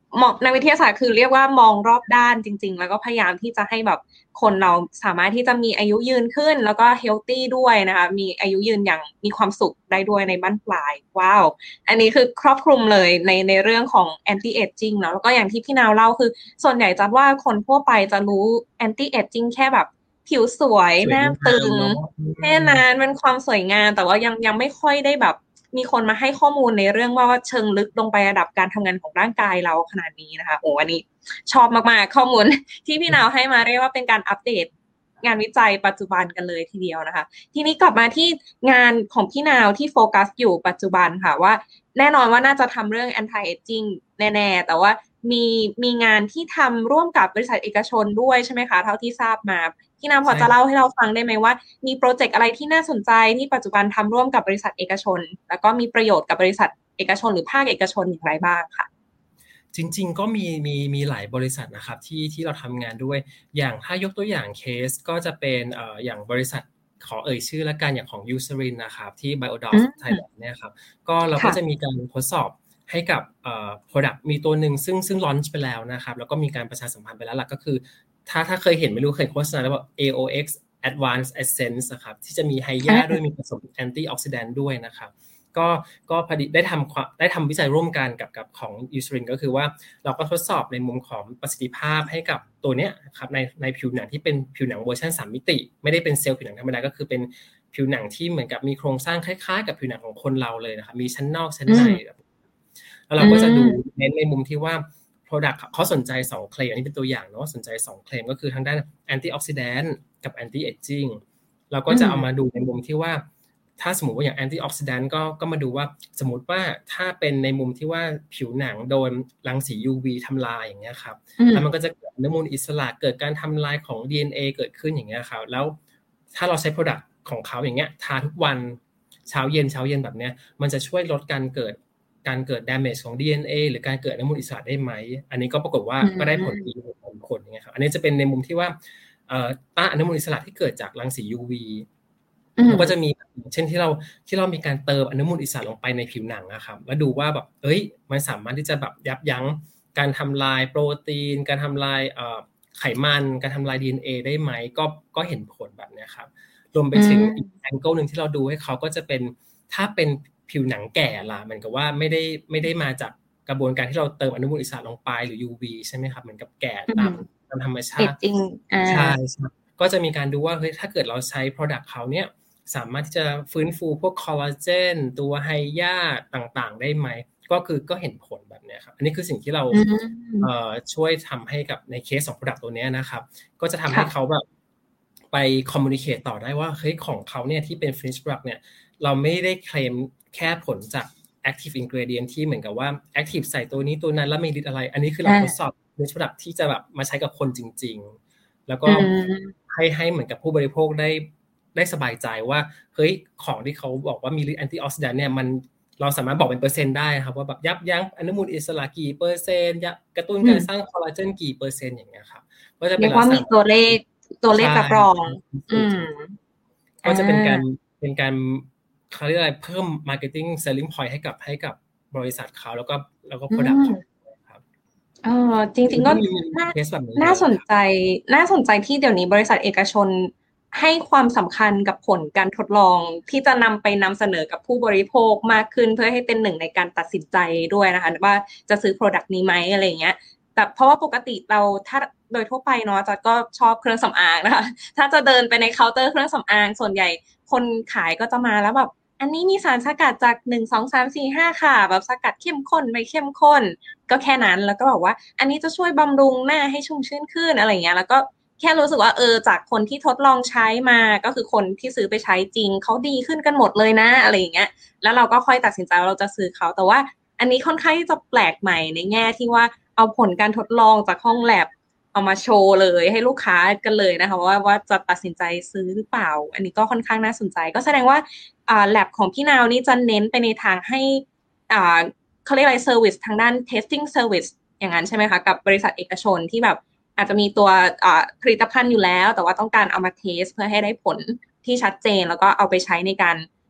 มองในวิทยาศาสตร์คือเรียกว่ามองรอบด้านจริงๆแล้วก็พยายามที่จะให้แบบคนเราสามารถที่จะมีอายุยืนขึ้นแล้วก็เฮลตี้ด้วยนะคะมีอายุยืนอย่างมีความสุขได้ด้วยในบั้นปลายว้าวอันนี้คือครอบคลุมเลยในในเรื่องของ anti aging เนาะแล้วก็อย่างที่พี่นาวเล่าคือส่วนใหญ่จัดว่าคนทั่วไปจะรู้ anti aging แค่แบบผิวสวยหน้าตึงแค่นั้นเป็นความสวยงามแต่ว่ายังยังไม่ค่อยได้แบบมีคนมาให้ข้อมูลในเรื่องว่าเชิงลึกลงไประดับการทำงานของร่างกายเราขนาดนี้นะคะโอ้อันนี้ชอบมากๆข้อมูลที่พี่นาวให้มาเรียกว่าเป็นการอัปเดตงานวิจัยปัจจุบันกันเลยทีเดียวนะคะทีนี้กลับมาที่งานของพี่นาวที่โฟกัสอยู่ปัจจุบันค่ะว่าแน่นอนว่าน่าจะทำเรื่อง anti aging แน่ๆแต่ว่ามีมีงานที่ทำร่วมกับบริษัทเอกชนด้วยใช่ไหมคะเท่าที่ทราบมาพี่นาวพอจะเล่าให้เราฟังได้ไหมว่ามีโปรเจกต์อะไรที่น่าสนใจที่ปัจจุบันทำร่วมกับบริษัทเอกชนแล้วก็มีประโยชน์กับบริษัทเอกชนหรือภาคเอกชนอย่างไรบ้างค่ะจริงๆก็มีมีมีหลายบริษัทนะครับที่ที่เราทำงานด้วยอย่างถ้ายกตัวอย่างเคสก็จะเป็นเอ่ออย่างบริษัทขอเอ่ยชื่อละกันอย่างของ Eucerin นะครับที่ Biodos Thailand เนี่ยครับก็เราก็จะมีการทดสอบให้กับเอ่อ product มีตัวหนึ่งซึ่งซึ่ง launch ไปแล้วนะครับแล้วก็มีการประชาสัมพันธ์ไปแล้วล่ะก็คือถ้าถ้าเคยเห็นไม่รู้เคยโฆษณาแล้วว่า เอ โอ เอ็กซ์ Advanced Essence นะครับที่จะมีไฮยาด้วยมีผสม antioxidant ด้วยนะครับก็ก็พอดีได้ทำได้ทำวิจัยร่วมกันกับกับของ Eucerin ก็คือว่าเราก็ทดสอบในมุมของประสิทธิภาพให้กับตัวเนี้ยครับในในผิวหนังที่เป็นผิวหนังเวอร์ชันสามมิติไม่ได้เป็นเซลล์ผิวหนังธรรมดาก็คือเป็นผิวหนังที่เหมือนกับมีโครงสร้างคล้ายๆกับผิวหนังของคนเราเลยนะครับมีชั้นนอกชั้นในแล้วเราก็จะดูเน้นในมุมที่ว่า product เขาสนใจสองเคลมอันนี้เป็นตัวอย่างเนาะสนใจสองเคลมก็คือทางด้าน antioxidant กับ anti aging เราก็จะเอามาดูในมุมที่ว่าถ้าสมมุติว่าอย่าง antioxidant ก็ก็มาดูว่าสมมุติว่าถ้าเป็นในมุมที่ว่าผิวหนังโดนรังสี ยู วี ทำลายอย่างเงี้ยครับแล้วมันก็จะเกิดอนุมูลอิสระเกิดการทำลายของ ดี เอ็น เอ เกิดขึ้นอย่างเงี้ยครับแล้วถ้าเราใช้ product ของเขาอย่างเงี้ยทาทุกวันเช้าเย็นเช้าเย็นแบบเนี้ยมันจะช่วยลดการเกิดการเกิด damage ของ ดี เอ็น เอ หรือการเกิดอนุมูลอิสระได้ไหมอันนี้ก็ปรากฏว่าก็ได้ผลดีผลผลอย่างเงี้ยครับอันนี้จะเป็นในมุมที่ว่าเอ่อต้านอนุมูลอิสระที่เกิดจากรังสี ยู วีมันก็จะมีเช่นที่เราที่เรามีการเติมอนุมูลอิสระลงไปในผิวหนังนะครับแล้วดูว่าแบบเอ้ยมันสามารถที่จะแบบยับยั้งการทำลายโปรตีนการทำลายเอ่อไขมันการทำลาย ดี เอ็น เอ ได้ไหมก็ก็เห็นผลแบบนี้ครับรวมไปถึงอีกแองเกิลนึงที่เราดูให้เขาก็จะเป็นถ้าเป็นผิวหนังแก่ล่ะเหมือนกับว่าไม่ได้ไม่ได้มาจากกระบวนการที่เราเติมอนุมูลอิสระลงไปหรือ ยู วี ใช่ไหมครับเหมือนกับแก่ตามตามธรรมชาติใช่ก็จะมีการดูว่าเฮ้ยถ้าเกิดเราใช้ product เขาเนี่ยสามารถที่จะฟื้นฟูพวกคอลลาเจนตัวไฮยาต่างๆได้ไหมก็คือก็เห็นผลแบบนี้ครับอันนี้คือสิ่งที่เราเอ่อช่วยทำให้กับในเคสของ product ตัวนี้นะครับก็จะทำให้เขาแบบไปคอมมูนิเคตต่อได้ว่าเฮ้ยของเขาเนี่ยที่เป็น finish product เนี่ยเราไม่ได้เคลมแค่ผลจาก active ingredient ที่เหมือนกับว่า active ใส่ตัวนี้ตัวนั้นแล้วมีฤทธิ์อะไรอันนี้คือเราทดสอบ finish product ที่จะแบบมาใช้กับคนจริงๆแล้วก็ให้ให้เหมือนกับผู้บริโภคได้ได้สบายใจว่าเฮ้ยของที่เขาบอกว่ามีฤทธิ์แอนตี้ออกซิแดนต์เนี่ยมันเราสามารถบอกเป็นเปอร์เซ็นต์ได้ครับว่าแบบยับยั้งอนุมูลอิสระกี่เปอร์เซ็นต์กระตุ้นการสร้างคอลลาเจนกี่เปอร์เซ็นต์อย่างเงี้ยครับก็จะเป็นว่ามีตัวเลขตัวเลขรับรองก็จะเป็นการเป็นการเขาเรียกอะไรเพิ่ม marketing selling point ให้กับให้กับบริษัทเขาแล้วก็แล้วก็ product ของครับเออจริงๆก็น่าสนใจน่าสนใจที่เดี๋ยวนี้บริษัทเอกชนให้ความสำคัญกับผลการทดลองที่จะนำไปนำเสนอกับผู้บริโภคมากขึ้นเพื่อให้เป็นหนึ่งในการตัดสินใจด้วยนะคะว่าจะซื้อ product นี้ไหมอะไรเงี้ยแต่เพราะว่าปกติเราถ้าโดยทั่วไปเนาะจัดก็ชอบเครื่องสำอางนะคะถ้าจะเดินไปในเคาน์เตอร์เครื่องสำอางส่วนใหญ่คนขายก็จะมาแล้วแบบอันนี้มีสารสกัดจากหนึ่ง สอง สาม สี่ ห้าค่ะแบบสกัดเข้มข้นไม่เข้มข้นก็แค่นั้นแล้วก็บอกว่าอันนี้จะช่วยบำรุงหน้าให้ชุ่มชื้นขึ้นอะไรเงี้ยแล้วก็แค่รู้สึกว่าเออจากคนที่ทดลองใช้มาก็คือคนที่ซื้อไปใช้จริงเขาดีขึ้นกันหมดเลยนะอะไรอย่างเงี้ยแล้วเราก็ค่อยตัดสินใจว่าเราจะซื้อเขาแต่ว่าอันนี้ค่อนข้างที่จะแปลกใหม่ในแง่ที่ว่าเอาผลการทดลองจากห้องแลบเอามาโชว์เลยให้ลูกค้ากันเลยนะคะว่าว่าจะตัดสินใจซื้อหรือเปล่าอันนี้ก็ค่อนข้างน่าสนใจก็แสดงว่าอ่าแลบของพี่นาวนี่จะเน้นไปในทางให้อ่าเขาเรียกอะไรเซอร์วิสทางด้าน testing service อย่างนั้นใช่ไหมคะกับบริษัทเอกชนที่แบบอาจจะมีตัวผลิตภัณฑ์อยู่แล้วแต่ว่าต้องการเอามาเทสเพื่อให้ได้ผลที่ชัดเจนแล้วก็เอาไปใช้ในการ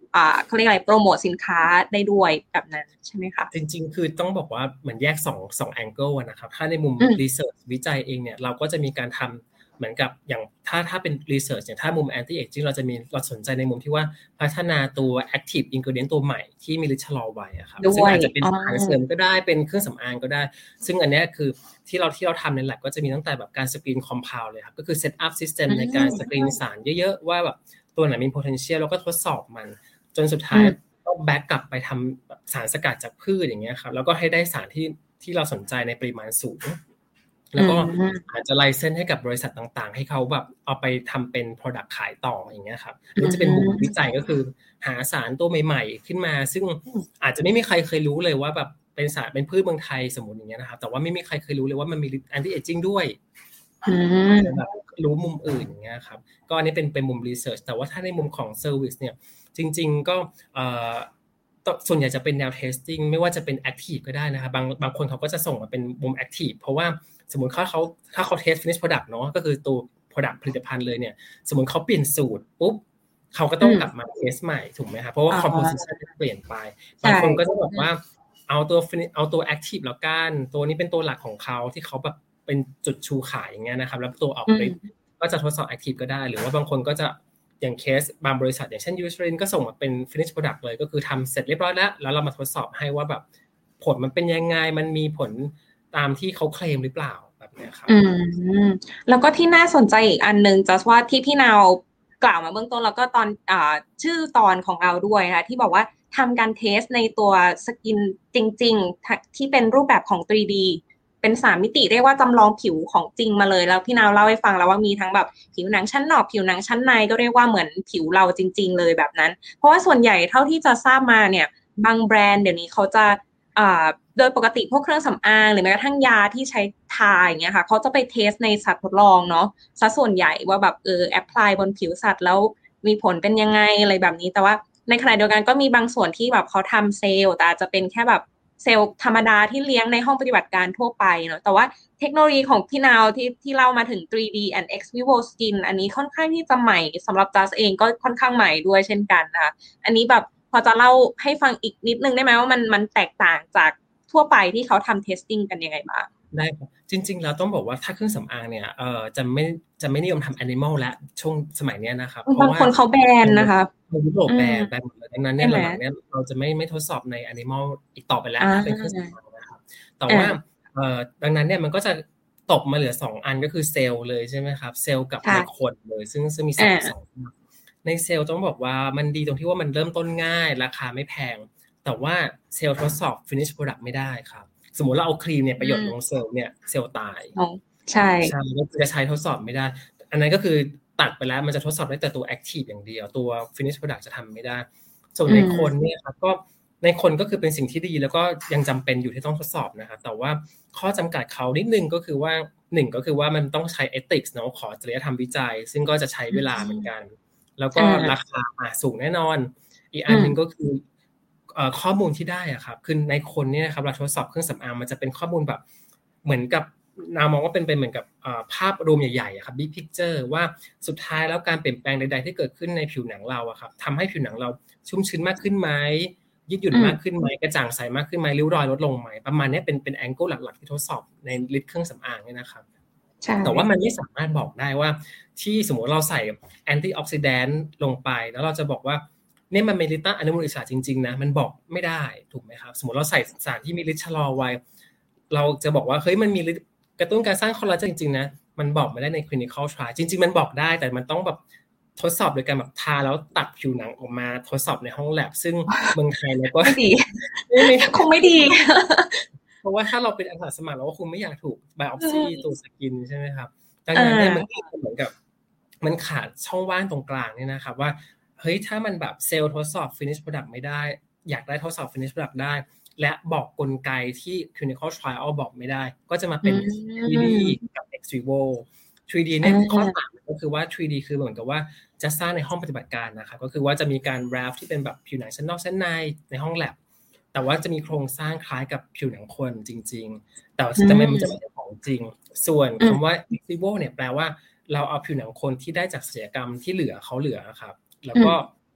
อ่าเขาเรียกอะไรโปรโมทสินค้าได้ด้วยแบบนั้นใช่ไหมคะจริงๆคือต้องบอกว่าเหมือนแยก2 2 angle อ่ะนะครับถ้าในมุม research วิจัยเองเนี่ยเราก็จะมีการทำเหมือนกับอย่างถ้าถ้าเป็น research อย่างถ้ามุม anti aging เราจะมีเราสนใจในมุมที่ว่าพัฒนาตัว active ingredient ตัวใหม่ที่มีฤทธิ์ชะลอวัยอะครับซึ่งอาจจะเป็นอาหารเสริมก็ได้เป็นเครื่องสำอางก็ได้ซึ่งอันนี้คือที่เราที่เราทำใน lab ก็จะมีตั้งแต่แบบการสกรีน compound เลยครับก็คือ set up system ในการสกรีนสารเยอะๆว่าแบบตัวไหนมี potential แล้วก็ทดสอบมันจนสุดท้ายต้องแบ็กกลับไปทำสารสกัดจากพืชอย่างเงี้ยครับแล้วก็ให้ได้สารที่ที่เราสนใจในปริมาณสูงแล้วก็อาจจะไลเซนส์ให้กับบริษัทต่างๆให้เขาแบบเอาไปทำเป็น product ขายต่ออย่างเงี้ยครับนี่จะเป็นมุมวิจัยก็คือหาสารตัวใหม่ๆขึ้นมาซึ่งอาจจะไม่มีใครเคยรู้เลยว่าแบบเป็นสารเป็นพืชเมืองไทยสมมุติอย่างเงี้ยนะครับแต่ว่าไม่มีใครเคยรู้เลยว่ามันมี anti aging ด้วยแบบรู้มุมอื่นอย่างเงี้ยครับก็อันนี้เป็นเป็นมุม research แต่ว่าถ้าในมุมของ service เนี่ยจริงๆก็เอ่อส่วนใหญ่จะเป็นแนว testing ไม่ว่าจะเป็น active ก็ได้นะครับบางบางคนเขาก็จะส่งมาเป็นมุม active เพราะว่าสมมุติถ้าเขาถ้าเขา test finish product เนาะก็คือตัว product ผลิตภัณฑ์เลยเนี่ยสมมุติเขาเปลี่ยนสูตรปุ๊บเขาก็ต้องกลับมา test ใหม่ถูกไหมครับเพราะว่า composition เปลี่ยนไปบางคนก็จะบอกว่าเอาตัวเอาตัว active แล้วกันตัวนี้เป็นตัวหลักของเขาที่เขาแบบเป็นจุดชูขายอย่างเงี้ยนะครับแล้วตัวออกฤทธิ์ก็จะทดสอบ active ก็ได้หรือว่าบางคนก็จะอย่างเคสบางบริษัทอย่างเช่น Eucerin ก็ส่งมาเป็น finish product เลยก็คือทำเสร็จเรียบร้อยแล้วแล้วเรามาทดสอบให้ว่าแบบผลมันเป็นยังไงมันมีผลตามที่เขาเคลมหรือเปล่าแบบนี้ครับอืมแล้วก็ที่น่าสนใจอีกอันนึงจะว่าที่พี่นาวกล่าวมาเบื้องต้นแล้วก็ตอนอ่าชื่อตอนของเราด้วยนะคะที่บอกว่าทำการเทสในตัวสกินจริงๆที่เป็นรูปแบบของ ทรี ดี เป็นสามมิติเรียกว่าจำลองผิวของจริงมาเลยแล้วพี่นาวเล่าให้ฟังแล้วว่ามีทั้งแบบผิวหนังชั้นนอกผิวหนังชั้นในก็เรียกว่าเหมือนผิวเราจริงๆเลยแบบนั้นเพราะว่าส่วนใหญ่เท่าที่จะทราบมาเนี่ยบางแบรนด์เดี๋ยวนี้เขาจะอ่าโดยปกติพวกเครื่องสำอางหรือแม้กระทั่งยาที่ใช้ทาอย่างเงี้ยค่ะเขาจะไปเทสในสัตว์ทดลองเนาะซะส่วนใหญ่ว่าแบบเออแอพพลายบนผิวสัตว์แล้วมีผลเป็นยังไงอะไรแบบนี้แต่ว่าในขณะเดียวกันก็มีบางส่วนที่แบบเขาทำเซลล์แต่อาจจะเป็นแค่แบบเซลล์ธรรมดาที่เลี้ยงในห้องปฏิบัติการทั่วไปเนาะแต่ว่าเทคโนโลยีของพี่นาวที่ที่เล่ามาถึง ทรี ดี and ex vivo skin อันนี้ค่อนข้างที่จะใหม่สำหรับจัสเองก็ค่อนข้างใหม่ด้วยเช่นกันนะคะอันนี้แบบพอจะเล่าให้ฟังอีกนิดนึงได้ไหมว่ามันมันแตกต่างจากทั่วไปที่เขาทำ testing กันยังไงบ้างได้ครับจริงๆแล้วต้องบอกว่าถ้าเครื่องสำอางเนี่ยเอ่อจะไม่จะไม่นิยมทำ animal และช่วงสมัยนี้นะครับเพราะว่าบางคนเขาแบนนะคะยุโรปแบนแบนหมดเลยดังนั้นเนี่ยหลังๆเนี่ยเราจะไม่ไม่ทดสอบใน animal อีกต่อไปแล้วถ้าเป็นเครื่องสำอางนะครับแต่ว่าเอ่อดังนั้นเนี่ยมันก็จะตกมาเหลือสองอันก็คือเซลล์เลยใช่ไหมครับเซลล์กับในคนเลยซึ่งซึ่งมีสองสองในเซลล์ต้องบอกว่ามันดีตรงที่ว่ามันเริ่มต้นง่ายราคาไม่แพงแต่ว่าเซลล์ทดสอบ finish product ไม่ได้ครับสมมุติเราเอาครีมเนี่ยประโยชน์ลงเซลล์เนี่ยเซลล์ตายใช่ใช่จะใช้ทดสอบไม่ได้อันนั้นก็คือตัดไปแล้วมันจะทดสอบได้แต่ตัว active อย่างเดียวตัว finish product จะทำไม่ได้ส่วนในคนเนี่ยครับก็ในคนก็คือเป็นสิ่งที่ดีแล้วก็ยังจำเป็นอยู่ที่ต้องทดสอบนะครับแต่ว่าข้อจำกัดเขานิดนึงก็คือว่าหนึ่งก็คือว่ามันต้องใช้ ethics เนาะขอจริยธรรมวิจัยซึ่งก็จะใช้เวลาเหมือนกันแล้วก็ราคาสูงแน่นอนอีกอันนึงก็คือข้อมูลที่ได้อะครับคือในคนเนี่ยนะครับเราทดสอบเครื่องสำอางมันจะเป็นข้อมูลแบบเหมือนกับนามองว่าเป็นเป็นเหมือนกับภาพรวมใหญ่ๆครับ big picture ว่าสุดท้ายแล้วการเปลี่ยนแปลงใดๆที่เกิดขึ้นในผิวหนังเราอะครับทำให้ผิวหนังเราชุ่มชื้นมากขึ้นไหมยืดหยุ่นมากขึ้นไหมกระจ่างใสมากขึ้นไหมริ้วรอยลดลงไหมประมาณนี้เป็นเป็นแองเกิลหลักๆที่ทดสอบในลิตรเครื่องสำอางเนี่ยนะครับแต่ว่ามันไม่สามารถบอกได้ว่าที่สมมติเราใส่แอนตี้ออกซิแดนต์ลงไปแล้วเราจะบอกว่าเนี่ยมันเป็นฤทธิ์ต้านอนุมูลอิสระจริงๆนะมันบอกไม่ได้ถูกไหมครับสมมติเราใส่สารที่มีฤทธิ์ชะลอวัยเราจะบอกว่าเฮ้ยมันมีฤทธิ์กระตุ้นการสร้างคอลลาเจนจริงๆนะมันบอกไม่ได้ใน clinical trial จริงๆมันบอกได้แต่มันต้องแบบทดสอบโดยการแบบทาแล้วตัดผิวหนังออกมาทดสอบในห้องแลบซึ่งเมืองไทยเนี่ยก็ไม่ดีคงไม่ดีเพราะว่าถ้าเราเป็นอาสาสมัครเราก็คงไม่อยากถูกไบออปซี่ตัวสกินใช่ไหมครับดังนั้นเนี่ยมันเหมือนกับมันขาดช่องว่างตรงกลางเนี่ยนะครับว่าเฮ้ยถ้ามันแบบเซลล์ทดสอบ finish product ไม่ได้อยากได้ทดสอบ finish product ได้และบอกกลไกที่ clinical trial บอกไม่ได้ก็จะมาเป็น ทรี ดี กับ ex vivo ทรี ดี เนี่ยข้อต่างก็คือว่า ทรี ดี คือเหมือนกับว่าจะสร้างในห้องปฏิบัติการนะครับก็คือว่าจะมีการ wrap ที่เป็นแบบผิวหนังชั้นนอกชั้นในในห้อง lab แต่ว่าจะมีโครงสร้างคล้ายกับผิวหนังคนจริงๆแต่จะไม่มันจะไม่ใช่ของจริงส่วนคำว่า ex vivo เนี่ยแปลว่าเราเอาผิวหนังคนที่ได้จากศัลยกรรมที่เหลือเขาเหลือครับแล้วก็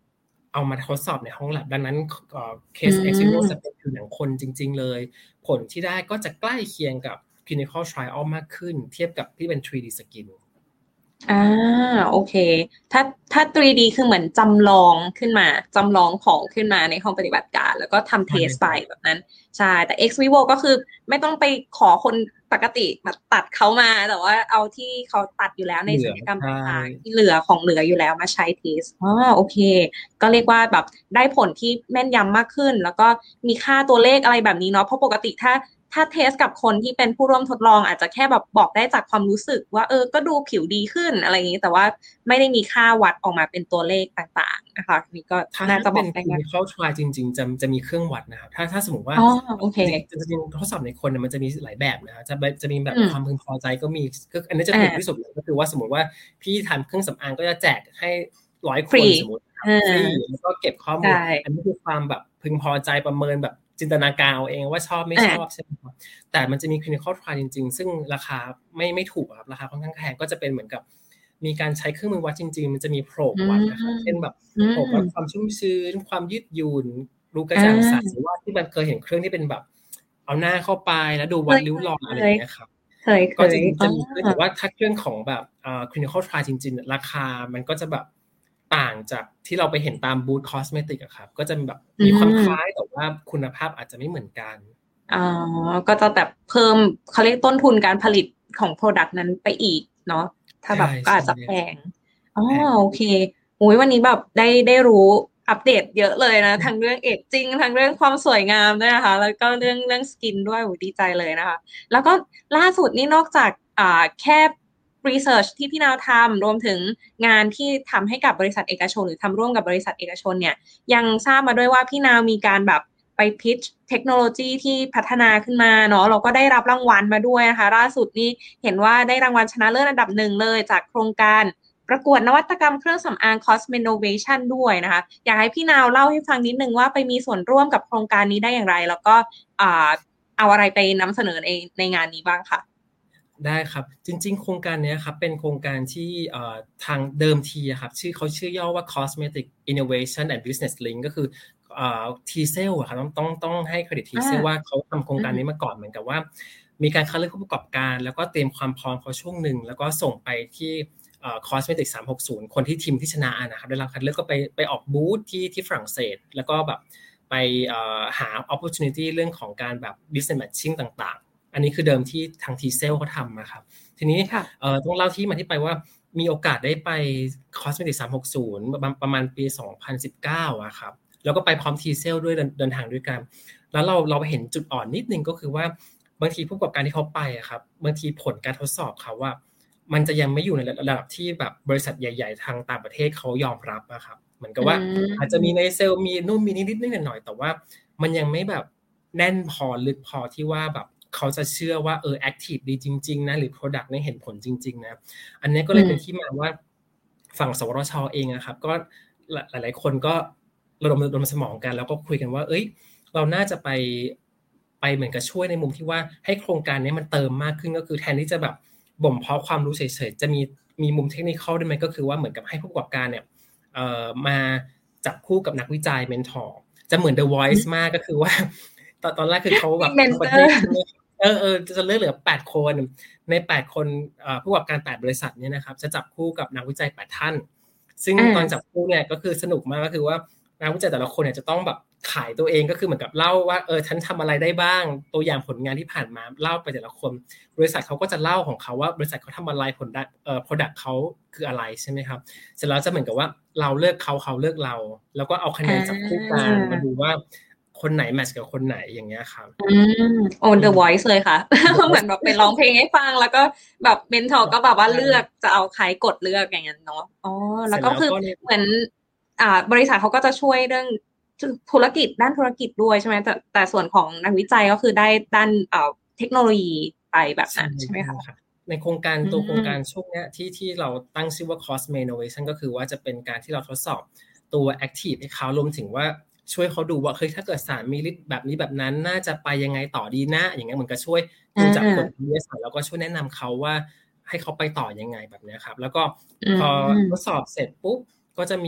เอามาทดสอบในห้องแลบดังนั้นเอ่อ case ex vivo จะเป็นผิวหนังคนจริงๆเลยผลที่ได้ก็จะใกล้เคียงกับ clinical trial มากขึ้นเทียบกับที่เป็น ทรี ดี skin อ่าโอเคถ้าถ้า ทรี ดี คือเหมือนจำลองขึ้นมาจำลองของขึ้นมาในห้องปฏิบัติการแล้วก็ทำเทสไปแบบนั้นใช่แต่ ex vivo ก็คือไม่ต้องไปขอคนปกติแบบตัดเขามาแต่ว่าเอาที่เขาตัดอยู่แล้วในศัลยกรรมต่างๆที่เหลือของเหลืออยู่แล้วมาใช้เทสอ๋อโอเคก็เรียกว่าแบบได้ผลที่แม่นยำมากขึ้นแล้วก็มีค่าตัวเลขอะไรแบบนี้เนาะเพราะปกติถ้าถ้าเทสกับคนที่เป็นผู้ร่วมทดลองอาจจะแค่แบบบอกได้จากความรู้สึกว่าเออก็ดูผิวดีขึ้นอะไรอย่างนี้แต่ว่าไม่ได้มีค่าวัดออกมาเป็นตัวเลขต่างๆนะคะนี่ก็น่าจะบอกได้ว่า clinical trial จริงๆจะจะมีเครื่องวัดนะครับถ้าถ้าสมมติว่าอ๋อโอเคจะจะมีทดสอบในคนเนี่ยมันจะมีหลายแบบนะครับจะจะมีแบบความพึงพอใจก็มีก็อันนี้จะถูกที่สุดเลยก็คือว่าสมมติว่าพี่ทำเครื่องสำอางก็จะแจกให้ร้อยคนสมมติฟรีแล้วก็เก็บข้อมูลอันนี้คือความแบบพึงพอใจประเมินแบบจินตนาการเอาเองว่าชอบไม่ชอบใช่ไหมครับแต่มันจะมี clinical trial จริงๆซึ่งราคาไม่ไม่ถูกครับราคาค่อนข้างแพงก็จะเป็นเหมือนกับมีการใช้เครื่องมือวัดจริงๆมันจะมีโพรบวัดนะครับเช่นแบบโพรบวัดความชุ่มชื้นความยืดหยุ่นรูกระจ่างใสหรือว่าที่มันเคยเห็นเครื่องที่เป็นแบบเอาหน้าเข้าไปแล้วดูวัดริ้วรอยอะไรอย่างเงี้ยครับก็จริงๆจะมีแต่ว่าถ้าเครื่องของแบบเอ่อ clinical trial จริงๆราคามันก็จะแบบต่างจากที่เราไปเห็นตามบูธคอสเมติกอะครับก็จะแบบมีความคล้ายแต่ว่าคุณภาพอาจจะไม่เหมือนกันอ๋อก็จะแบบเพิ่มเขาเรียกต้นทุนการผลิตของ product นั้นไปอีกเนาะถ้าแบบก็อาจจะแพงอ๋อโอเคโอ้ยวันนี้แบบได้ได้รู้อัปเดตเยอะเลยนะทั้งเรื่องเอจจิ้งทั้งเรื่องความสวยงามด้วยนะคะแล้วก็เรื่องเรื่องสกินด้วยโอ้ดีใจเลยนะคะแล้วก็ล่าสุดนี่นอกจากอ่าแค่รีเสิร์ชที่พี่นาวทำรวมถึงงานที่ทำให้กับบริษัทเอกชนหรือทำร่วมกับบริษัทเอกชนเนี่ยยังทราบมาด้วยว่าพี่นาวมีการแบบไปพิชเทคโนโลยีที่พัฒนาขึ้นมาเนาะเราก็ได้รับรางวัลมาด้วยนะคะล่าสุดนี้เห็นว่าได้รางวัลชนะเลิศอันดับหนึ่งเลยจากโครงการประกวดนวัตกรรมเครื่องสำอาง Cosmenovation ด้วยนะคะอยากให้พี่นาวเล่าให้ฟังนิดนึงว่าไปมีส่วนร่วมกับโครงการนี้ได้อย่างไรแล้วก็เอาอะไรไปนำเสนอในในงานนี้บ้างค่ะได้ครับจริงๆโครงการนี้ครับเป็นโครงการที่ทางเดิมทีครับชื่อเขาชื่อย่อว่า Cosmetic Innovation and Business Link ก็คือทีเซลอะครับต้องต้องต้องให้เครดิตทีเซลว่าเขาทำโครงการนี้มาก่อนเหมือนกับว่ามีการคัดเลือกผู้ประกอบการแล้วก็เตรียมความพร้อมเขาช่วงหนึ่งแล้วก็ส่งไปที่Cosmetic สามหกศูนย์คนที่ทีมที่ชนะนะครับได้รับคัดเลือกก็ไปไปออกบูธที่ที่ฝรั่งเศสแล้วก็แบบไปหา opportunity เรื่องของการแบบ business matching ต่างๆอันนี้คือเดิมที่ทางทีเซลเขาทำมาครับทีนี้ต้องเล่าที่มาที่ไปว่ามีโอกาสได้ไป Cosmetic สามหกศูนย์ประมาณปีสองพันสิบเก้าอะครับแล้วก็ไปพร้อมทีเซลด้วยเดินทางด้วยกันแล้วเราเราเห็นจุดอ่อนนิดนึงก็คือว่าบางทีผู้ประกอบการที่เขาไปอะครับบางทีผลการทดสอบเขาว่ามันจะยังไม่อยู่ในระดับที่แบบบริษัทใหญ่ๆทางต่างประเทศเขายอมรับอะครับเหมือนกับว่าอาจจะมีในเซลล์มีนู่นมีนิดๆหน่อยๆแต่ว่ามันยังไม่แบบแน่นพอลึกพอที่ว่าแบบเขาจะเชื่อว่าเออแอคทีฟดีจริงๆนะหรือ product เนี่ยเห็นผลจริงๆนะอันนี้ก็เลยเป็นที่มาว่าฝั่งสวทช.เองนะครับก็หลายๆคนก็ระดมระดมสมองกันแล้วก็คุยกันว่าเอ้ยเราน่าจะไปไปเหมือนกับช่วยในมุมที่ว่าให้โครงการนี้มันเติมมากขึ้นก็คือแทนที่จะแบบบ่มเพาะความรู้เฉยๆจะมีมีมุมเทคนิคด้วยไหมก็คือว่าเหมือนกับให้ผู้ประกอบการเนี่ยเอ่อมาจับคู่กับนักวิจัยเมนทอร์จะเหมือน The Voice มากก็คือว่าตอนตอนแรกคือเขาแบบประเทศเออเออจะเลือกเหลือแปดคนในแปดคนเอ่อผู้ประกอบการแปดบริษัทเนี่ยนะครับจะจับคู่กับนักวิจัยแปดท่านซึ่งตอนจับคู่เนี่ยก็คือสนุกมากก็คือว่านักวิจัยแต่ละคนเนี่ยจะต้องแบบขายตัวเองก็คือเหมือนกับเล่าว่าเออฉันทำอะไรได้บ้างตัวอย่างผลงานที่ผ่านมาเล่าไปแต่ละคนบริษัทเขาก็จะเล่าของเขาว่าบริษัทเขาทำอะไรผลเอ่อ product เขาคืออะไรใช่ไหมครับเสร็จแล้วจะเหมือนกับว่าเราเลือกเขาเขาเลือกเราแล้วก็เอาคะแนนจับคู่กันมาดูว่าคนไหนแมทช์กับคนไหนอย่างเงี้ยครับอืมโอ้ The Voice เลยค่ะ เหมือนแบบไปร้องเพลงให้ฟังแล้วก็แบบเมนทอร์ก็แบบว่าเลือกจะเอาใครกดเลือกอย่างนั้นเนาะอ๋อแล้วก็คือเหมือนอ่าบริษัทเขาก็จะช่วยเรื่องธุรกิจด้านธุรกิจด้วยใช่ไหมแต่แต่ส่วนของนักวิจัยก็คือได้ด้านเอ่อเทคโนโลยีไปแบบนั้นใช่ไหมคะในโครงการตัวโครงการช่วงนี้ที่ที่เราตั้งชื่อว่า Cosmenovation ก็คือว่าจะเป็นการที่เราทดสอบตัว Active ให้เขารวมถึงว่าช่วยเขาดูว่าเฮ้ยถ้าเกิดสารมีฤทธิ์แบบนี้แบบนั้นน่าจะไปยังไงต่อดีนะอย่างเงี้ยเหมือนกับช่วยดูจากผลวิทยาศาสตร์แล้วก็ช่วยแนะนำเขาว่าให้เขาไปต่อยังไงแบบนี้ครับแล้วก็พอทดสอบเสร็จปุ๊บก็จะมี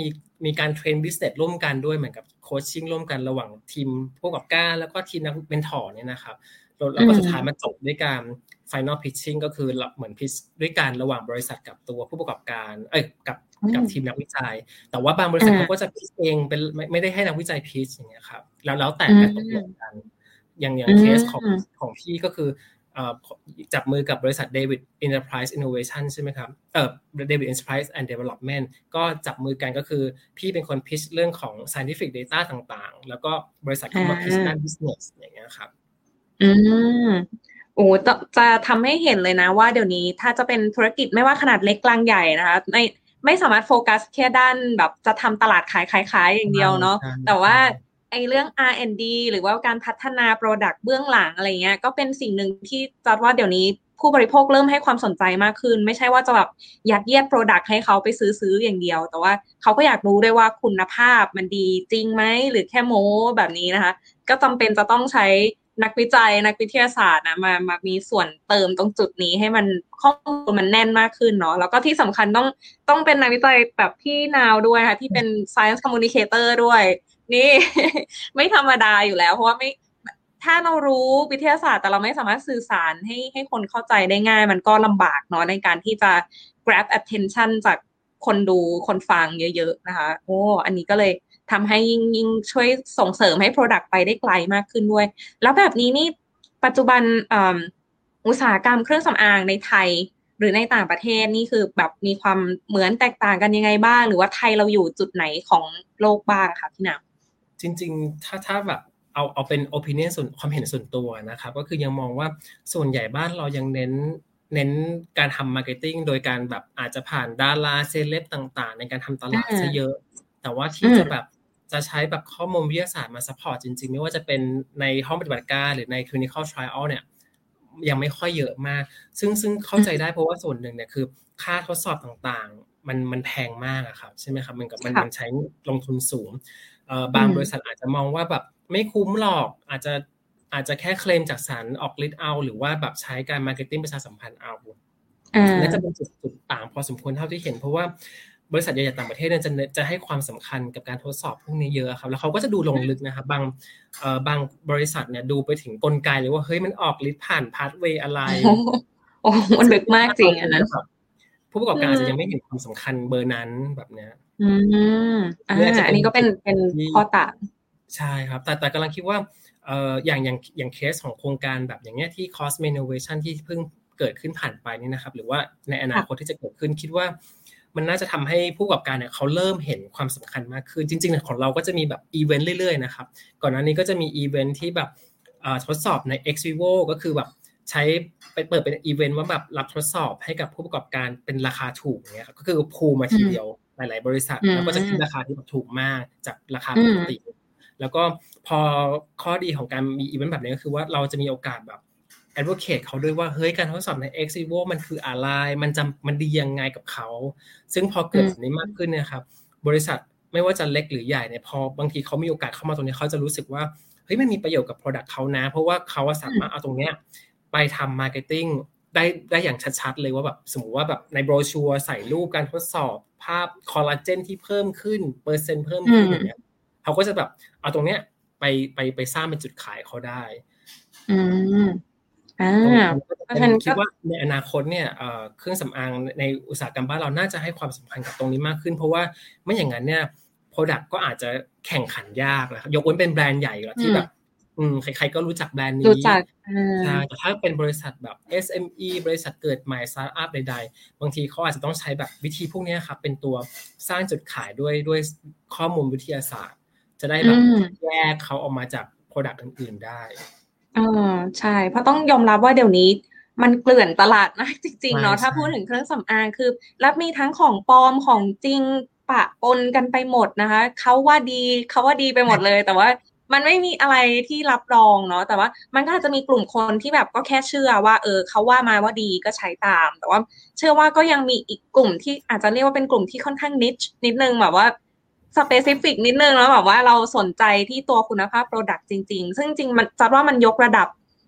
มีการเทรนบิสเนสร่วมกันด้วยเหมือนกับโคชชิ่งร่วมกันระหว่างทีมผู้ประกอบการแล้วก็ทีมนักเมนทอร์เนี่ยนะครับแล้วก็สุดท้ายมาจบด้วยการ final pitching ก็คือเหมือน pitch ด้วยกันระหว่างบริษัทกับตัวผู้ประกอบการเอ้ยกับกับทีมนักวิจัยแต่ว่าบางบริษัทเขาก็จะ pitch เองเป็นไม่ได้ให้นักวิจัย pitch อย่างเงี้ยครับแล้วแล้วแต่การตกลงกันอย่างอย่างเคสของของพี่ก็คือจับมือกับบริษัท David Enterprise Innovation ใช่ไหมครับเอ่อ David Enterprise and Development ก็จับมือกันก็คือพี่เป็นคน pitch เรื่องของ scientific data ต่างๆแล้วก็บริษัทก็มา pitch ด้าน business อย่างเงี้ยครับอืมโอ้จะจะทำให้เห็นเลยนะว่าเดี๋ยวนี้ถ้าจะเป็นธุรกิจไม่ว่าขนาดเล็กกลางใหญ่นะคะไม่ไม่สามารถโฟกัสแค่ด้านแบบจะทำตลาดขายขายขายอย่างเดียวเนาะแต่ว่าไอ้เรื่อง อาร์ แอนด์ ดี หรือว่าการพัฒนา product เบื้องหลังอะไรเงี้ยก็เป็นสิ่งหนึ่งที่จัดว่าเดี๋ยวนี้ผู้บริโภคเริ่มให้ความสนใจมากขึ้นไม่ใช่ว่าจะแบบยัดเยียด product ให้เขาไปซื้อๆอย่างเดียวแต่ว่าเขาก็อยากรู้ด้วยว่าคุณภาพมันดีจริงไหมหรือแค่โม้แบบนี้นะคะก็จำเป็นจะต้องใช้นักวิจัยนักวิทยาศาสตร์นะมามามีส่วนเติมตรงจุดนี้ให้มันข้อมูลมันแน่นมากขึ้นเนาะแล้วก็ที่สำคัญต้องต้องเป็นนักวิจัยแบบพี่นาวด้วยค่ะที่เป็น science communicator ด้วยนี่ ไม่ธรรมดาอยู่แล้วเพราะว่าไม่ถ้าเรารู้วิทยาศาสตร์แต่เราไม่สามารถสื่อสารให้ให้คนเข้าใจได้ง่ายมันก็ลำบากเนาะในการที่จะ grab attention จากคนดูคนฟังเยอะๆนะคะโอ้อันนี้ก็เลยทำให้ยิ่งยิ่งช่วยส่งเสริมให้ product ไปได้ไกลมากขึ้นด้วยแล้วแบบนี้นี่ปัจจุบันอุตสาหกรรมเครื่องสำอางในไทยหรือในต่างประเทศนี่คือแบบมีความเหมือนแตกต่างกันยังไงบ้างหรือว่าไทยเราอยู่จุดไหนของโลกบ้างคะพี่น้ำจริงๆถ้าถ้าแบบเอาเอาเป็น opinion ส่วนความเห็นส่วนตัวนะครับก็คือยังมองว่าส่วนใหญ่บ้านเรายังเน้นเน้นการทำ marketing โดยการแบบอาจจะผ่านดาราเซเลบต่างๆในการทำตลาดซะเยอะแต่ว่าที่จะแบบจะใช้แบบข้อมูลวิทยาศาสตร์มา support จริงๆไม่ว่าจะเป็นในห้องปฏิบัติการหรือใน clinical trial เนี่ยยังไม่ค่อยเยอะมากซึ่งซึ่งเข้าใจได้เพราะว่าส่วนหนึ่งเนี่ยคือค่าทดสอบต่างๆมันมันแพงมากอะครับใช่ไหมครับมันกับมันมันใช้ลงทุนสูงเอ่อบางบริษัทอาจจะมองว่าแบบไม่คุ้มหรอกอาจจะอาจจะแค่เคลมจากสารออกฤทธิ์เอาหรือว่าแบบใช้การมาร์เก็ตติ้งประชาสัมพันธ์เอาและจะเป็นจุดจุดต่างพอสมควรเท่าที่เห็นเพราะว่าบริษัทใหญ่ๆต่างประเทศเนี่ยจะจะให้ความสำคัญกับการทดสอบพวกนี้เยอะครับแล้วเขาก็จะดูลงลึกนะครับบางเอ่อบางบริษัทเนี่ยดูไปถึงกลไกเลยว่าเฮ้ยมันออกฤทธิ์ผ่านพาธเวย์อะไรโอ้มันลึกมากจริงอันนั้นผู้ประกอบการอาจจะยังไม่เห็นความสำคัญเบอร์นั้นแบบเนี้ยอืมอ่าอันนี้ก็เป็นเป็นข้อต่างใช่ครับแต่แต่กำลังคิดว่าเอ่ออย่างอย่างอย่างเคสของโครงการแบบอย่างเงี้ยที่ Cosme Innovation ที่เพิ่งเกิดขึ้นผ่านไปนี่นะครับหรือว่าในอนาคตที่จะเกิดขึ้นคิดว่ามันน่าจะทำให้ผู้ประกอบการเนี่ยเขาเริ่มเห็นความสำคัญมากขึ้นจริงๆของเราก็จะมีแบบอีเวนต์เรื่อยๆนะครับก่อนหน้านี้ก็จะมีอีเวนต์ที่แบบเอ่อทดสอบใน Ex Vivo ก็คือแบบใช้ไปเปิดเป็นอีเวนต์ว่าแบบรับทดสอบให้กับผู้ประกอบการเป็นราคาถูกเงี้ยครับก็คือพูลมาทีเดียวหลายๆบริษัทแล้วก็จะขึ้นราคาที่แบบถูกมากจากราคาปกติแล้วก็พอข้อดีของการมีอีเวนต์แบบนี้ก็คือว่าเราจะมีโอกาสแบบ advocate เขาด้วยว่าเฮ้ยการทดสอบใน Ex Vivo มันคืออะไรมันจะมันดียังไงกับเขาซึ่งพอเกิดแบบนี้มากขึ้นเนี่ยครับบริษัทไม่ว่าจะเล็กหรือใหญ่เนี่ยพอบางทีเขามีโอกาสเข้ามาตรงนี้เขาจะรู้สึกว่าเฮ้ยมันมีประโยชน์กับ product เขานะเพราะว่าเขาสามารถเอาตรงเนี้ยไปทำ marketing ได้ได้อย่างชัดๆเลยว่าแบบสมมุติว่าแบบในโบรชัวร์ใส่รูปการทดสอบภาพคอลลาเจนที่เพิ่มขึ้นเปอร์เซ็นต์เพิ่มขึ้นอย่างเงี้ยเขาก็จะแบบเอาตรงเนี้ยไปไปไปสร้างเป็นจุดขายเขาได้อืมอ่าฉันคิดว่าในอนาคตเนี่ยเอ่อเครื่องสำอางในอุตสาหกรรมบ้านเราน่าจะให้ความสำคัญกับตรงนี้มากขึ้นเพราะว่าไม่อย่างนั้นเนี่ย product ก็อาจจะแข่งขันยากนะครับยกเว้นเป็นแบรนด์ใหญ่แล้วที่แบบอืมใครๆก็รู้จักแบรนด์นี้รู้จักใช่แต่ถ้าเป็นบริษัทแบบ เอส เอ็ม อี บริษัทเกิดใหม่สตาร์ทอัพใดๆบางทีเขาอาจจะต้องใช้แบบวิธีพวกนี้ครับเป็นตัวสร้างจุดขายด้วยด้วยข้อมูลวิทยาศาสตร์จะได้แบบแยกเขาออกมาจาก product อื่นๆได้อ่าใช่เพราะต้องยอมรับว่าเดี๋ยวนี้มันเกลื่อนตลาดมากจริงๆเนาะถ้าพูดถึงเครื่องสำอางคือรับมีทั้งของปลอมของจริงปะปนกันไปหมดนะคะเขาว่าดีเขาว่าดีไปหมดเลยแต่ว่ามันไม่มีอะไรที่รับรองเนาะแต่ว่ามันก็อาจจะมีกลุ่มคนที่แบบก็แค่เชื่อว่าเออเขาว่ามาว่าดีก็ใช้ตามแต่ว่าเชื่อว่าก็ยังมีอีกกลุ่มที่อาจจะเรียกว่าเป็นกลุ่มที่ค่อนข้างนิชนิดนึงแบบว่าสเปซิฟิกนิดนึงแล้วแบบว่าเราสนใจที่ตัวคุณภาพ product จริงๆซึ่งจริงมันจัดว่ามันยกระดับ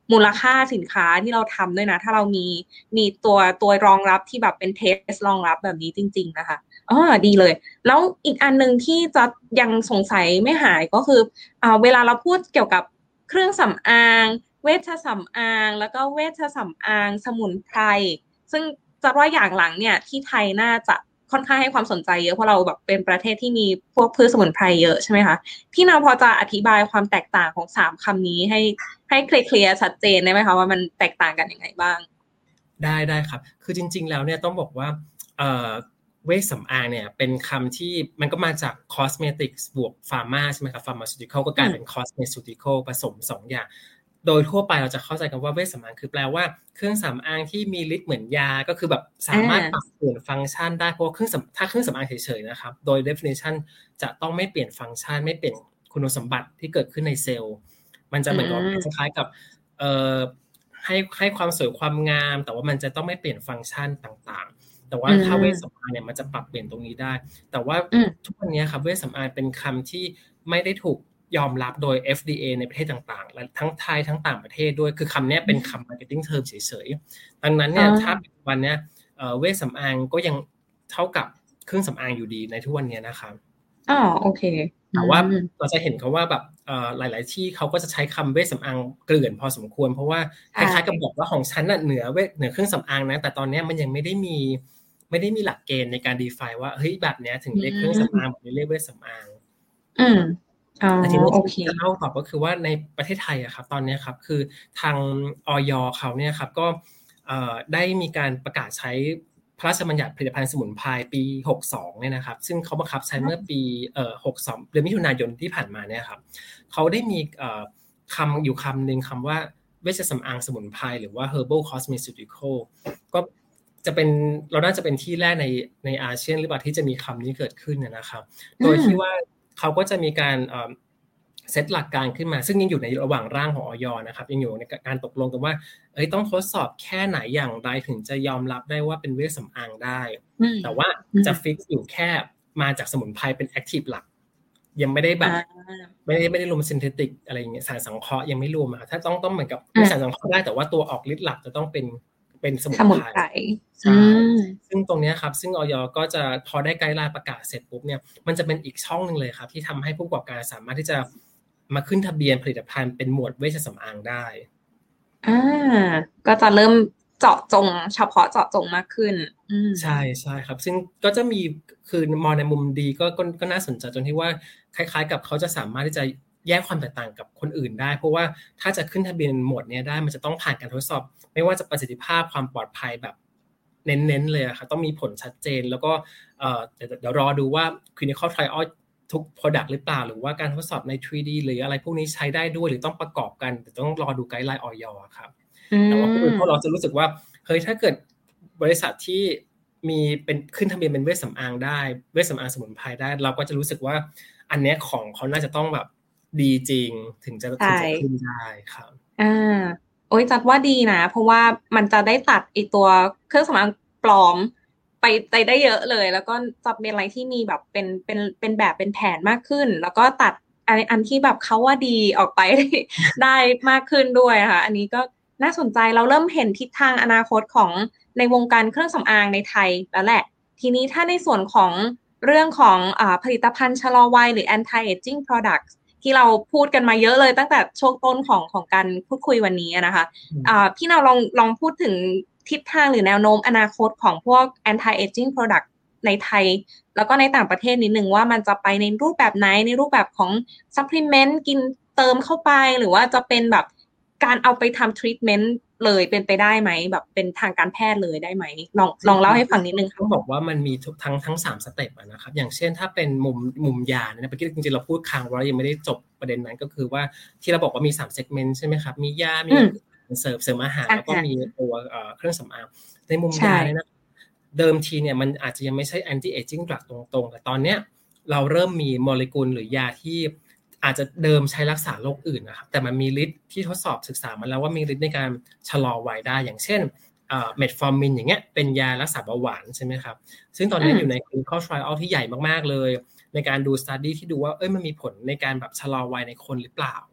มูลค่าสินค้าที่เราทำด้วยนะถ้าเรามีมีตัวตัวรองรับที่แบบเป็นเทสรองรับแบบนี้จริงๆนะคะอ๋อดีเลยแล้วอีกอันนึงที่จะยังสงสัยไม่หายก็คืออ่าเวลาเราพูดเกี่ยวกับเครื่องสำอางเวชสำอางแล้วก็เวชสำอางสมุนไพรซึ่งจะว่าอย่างหลังเนี่ยที่ไทยน่าจะค่อนข้างให้ความสนใจเยอะเพราะเราแบบเป็นประเทศที่มีพวกพืชสมุนไพรเยอะใช่ไหมคะพี่นาวพอจะอธิบายความแตกต่างของสามคำนี้ให้ให้เคลียร์ชัดเจนได้ไหมคะว่ามันแตกต่างกันยังไงบ้างได้ได้ครับคือจริงๆแล้วเนี่ยต้องบอกว่าเอ่อเวชสำอางเนี่ยเป็นคำที่มันก็มาจาก cosmetics บวก pharma ใช่ไหมครับ pharmaceutical ก็กลายเป็น cosmeceutical ผสมสองอย่างโดยทั่วไปเราจะเข้าใจกันว่าเวชสำอางคือแปลว่าเครื่องสำอางที่มีฤทธิ์เหมือนยาก็คือแบบสามารถปรับเปลี่ยนฟังก์ชันได้เพราะเครื่องถ้าเครื่องสำอางเฉยๆนะครับโดย definition จะต้องไม่เปลี่ยนฟังก์ชันไม่เปลี่ยนคุณสมบัติที่เกิดขึ้นในเซลล์มันจะเหมือนกับคล้ายๆกับเอ่อให้ให้ความสวยความงามแต่ว่ามันจะต้องไม่เปลี่ยนฟังก์ชันต่างๆแต่ว่าถ้าเวชสำอางเนี่ยมันจะปรับเปลี่ยนตรงนี้ได้แต่ว่าทุกวันนี้ครับเวชสำอางเป็นคำที่ไม่ได้ถูกยอมรับโดย เอฟ ดี เอ ในประเทศต่างๆและทั้งไทยทั้งต่างประเทศด้วยคือคำนี้เป็นคำ marketing term เฉยๆดังนั้นเนี่ยถ้าปัจจุบันเนี้ยเวชสำอางก็ยังเท่ากับเครื่องสำอางอยู่ดีในทุกวันนี้นะครับอ๋อโอเคแต่ว่าเราจะเห็นเขาว่าแบบหลายๆที่เขาก็จะใช้คำเวชสำอางเกลื่อนพอสมควรเพราะว่าคล้ายๆกับบอกว่าของฉันน่ะเหนือเวชเหนือเครื่องสำอางนะแต่ตอนนี้มันยังไม่ได้มีไม่ได้มีหลักเกณฑ์ในการ define ว่าเฮ้ยแบบนี้ถึงเรียกเครื่องสำอางแบบนี้เรียกเวชสำอางอืมอ๋อแต่ทีนี้โอเคจะเล่าต่อก็คือว่าในประเทศไทยอะครับตอนนี้ครับคือทางอย.เขาเนี่ยครับก็ได้มีการประกาศใช้พระราชบัญญัติผลิตภัณฑ์สมุนไพรปีหกสิบสองเนี่ยนะครับซึ่งเขาบังคับใช้เมื่อปีเอ่อหกสิบสองเดือนมิถุนายนที่ผ่านมาเนี่ยครับเขาได้มีเอ่อคำอยู่คำนึงคำว่าเวชสำอางสมุนไพรหรือว่า herbal cosmeceutical ก็จะเป็นเราน่าจะเป็นที่แรกในในอาเซียนหรือเปล่าที่จะมีคำนี้เกิดขึ้นนะครับโดยที่ว่าเขาก็จะมีการเซตหลักการขึ้นมาซึ่งยังอยู่ในระหว่างร่างของอย.นะครับยังอยู่ในการตกลงกันว่าเอ้ยต้องทดสอบแค่ไหนอย่างไรถึงจะยอมรับได้ว่าเป็นเวชสำอางได้แต่ว่าจะฟิกซ์อยู่แค่มาจากสมุนไพรเป็นแอคทีฟหลักยังไม่ได้แบบไม่ได้ไม่ได้รวมซินเทติกอะไรอย่างเงี้ยสารสังเคราะห์ยังไม่รวมอะถ้าต้องต้องเหมือนกับสารสังเคราะห์ได้แต่ว่าตัวออกฤทธิ์หลักจะต้องเป็นเป็นสมุนไพรใช่ซึ่งตรงนี้ครับซึ่งอย.ก็จะพอได้ไกด์ไลน์ประกาศเสร็จปุ๊บเนี่ยมันจะเป็นอีกช่องนึงเลยครับที่ทำให้ผู้ประกอบการสามารถที่จะมาขึ้นทะเบียนผลิตภัณฑ์เป็นหมวดเวชสำอางได้อ่าก็จะเริ่มเจาะจงเฉพาะเจาะจงมากขึ้นใช่ใช่ครับซึ่งก็จะมีคือมองในมุมดีก็ก็ก็น่าสนใจจนที่ว่าคล้ายๆกับเขาจะสามารถที่จะแยกความแตกต่างกับคนอื่นได้เพราะว่าถ้าจะขึ้นทะเบียนหมวดนี้ได้มันจะต้องผ่านการทดสอบไม่ว่าจะประสิทธิภาพความปลอดภัยแบบเน้นๆเลยครับต้องมีผลชัดเจนแล้วก็เอ่อเดี๋ยวรอดูว่า clinical trial ทุก product หรือเปล่าหรือว่าการทดสอบใน ทรี ดี หรืออะไรพวกนี้ใช้ได้ด้วยหรือต้องประกอบกันแต่ต้องรอดูไกด์ไลน์อย.ครับแต่ว่าพวกเราจะรู้สึกว่าเฮ้ยถ้าเกิดบริษัทที่มีเป็นขึ้นทะเบียนเป็นเวชสำอางได้เวชสำอางสมุนไพรได้เราก็จะรู้สึกว่าอันนี้ของเขาน่าจะต้องแบบดีจริงถึงจะถึงจะขึ้นได้ครับอ่าโอ้ยจัดว่าดีนะเพราะว่ามันจะได้ตัดไอตัวเครื่องสำอางปลอมไปไปได้เยอะเลยแล้วก็จะเป็นอะไรที่มีแบบเป็นเป็นเป็นแบบเป็นแผนมากขึ้นแล้วก็ตัดอันอันที่แบบเขาว่าดีออกไปได้มากขึ้นด้วยค่ะอันนี้ก็น่าสนใจเราเริ่มเห็นทิศทางอนาคตของในวงการเครื่องสำอางในไทยแล้วแหละทีนี้ถ้าในส่วนของเรื่องของอ่าผลิตภัณฑ์ชะลอวัยหรือ anti aging products ที่เราพูดกันมาเยอะเลยตั้งแต่ช่วงต้นของของการพูดคุยวันนี้นะคะอ่าพี่นาวลองลองพูดถึงทิศทางหรือแนวโน้มอนาคตของพวก anti aging product ในไทยแล้วก็ในต่างประเทศนิดนึงว่ามันจะไปในรูปแบบไหนในรูปแบบของ supplement กินเติมเข้าไปหรือว่าจะเป็นแบบการเอาไปทำ treatment เลยเป็นไปได้ไหมแบบเป็นทางการแพทย์เลยได้ไหมลองลองเล่าให้ฟังนิดนึงต้องบอกว่ามันมีทั้งทั้งสามสเต็ปนะครับอย่างเช่นถ้าเป็นมุมมุมยาเนี่ยเมื่อกี้จริงๆเราพูดค้างไว้ยังไม่ได้จบประเด็นนั้นก็คือว่าที่เราบอกว่ามีสามเซกเมนต์ใช่ไหมครับมียามีเสริมเสริมอาหารแล้วก็มีตัวเครื่องสำอางในมุมยาเนี่ยนะเดิมทีเนี่ยมันอาจจะยังไม่ใช่ anti aging drug ตรงๆแต่ตอนเนี้ยเราเริ่มมีโมเลกุลหรือยาที่อาจจะเดิมใช้รักษาโรคอื่นนะครับแต่มันมีฤทธิ์ที่ทดสอบศึกษามาแล้วว่ามีฤทธิ์ในการชะลอวัยได้อย่างเช่นเอ่อเมทฟอร์มินอย่างเงี้ยเป็นยารักษาเบาหวานใช่ไหมครับซึ่งตอนนี้อยู่ใน clinical trial ที่ใหญ่มากๆเลยในการดู study ที่ดูว่าเอ้ยมันมีผลในการแบบชะลอวัยในคนหรือเปล่า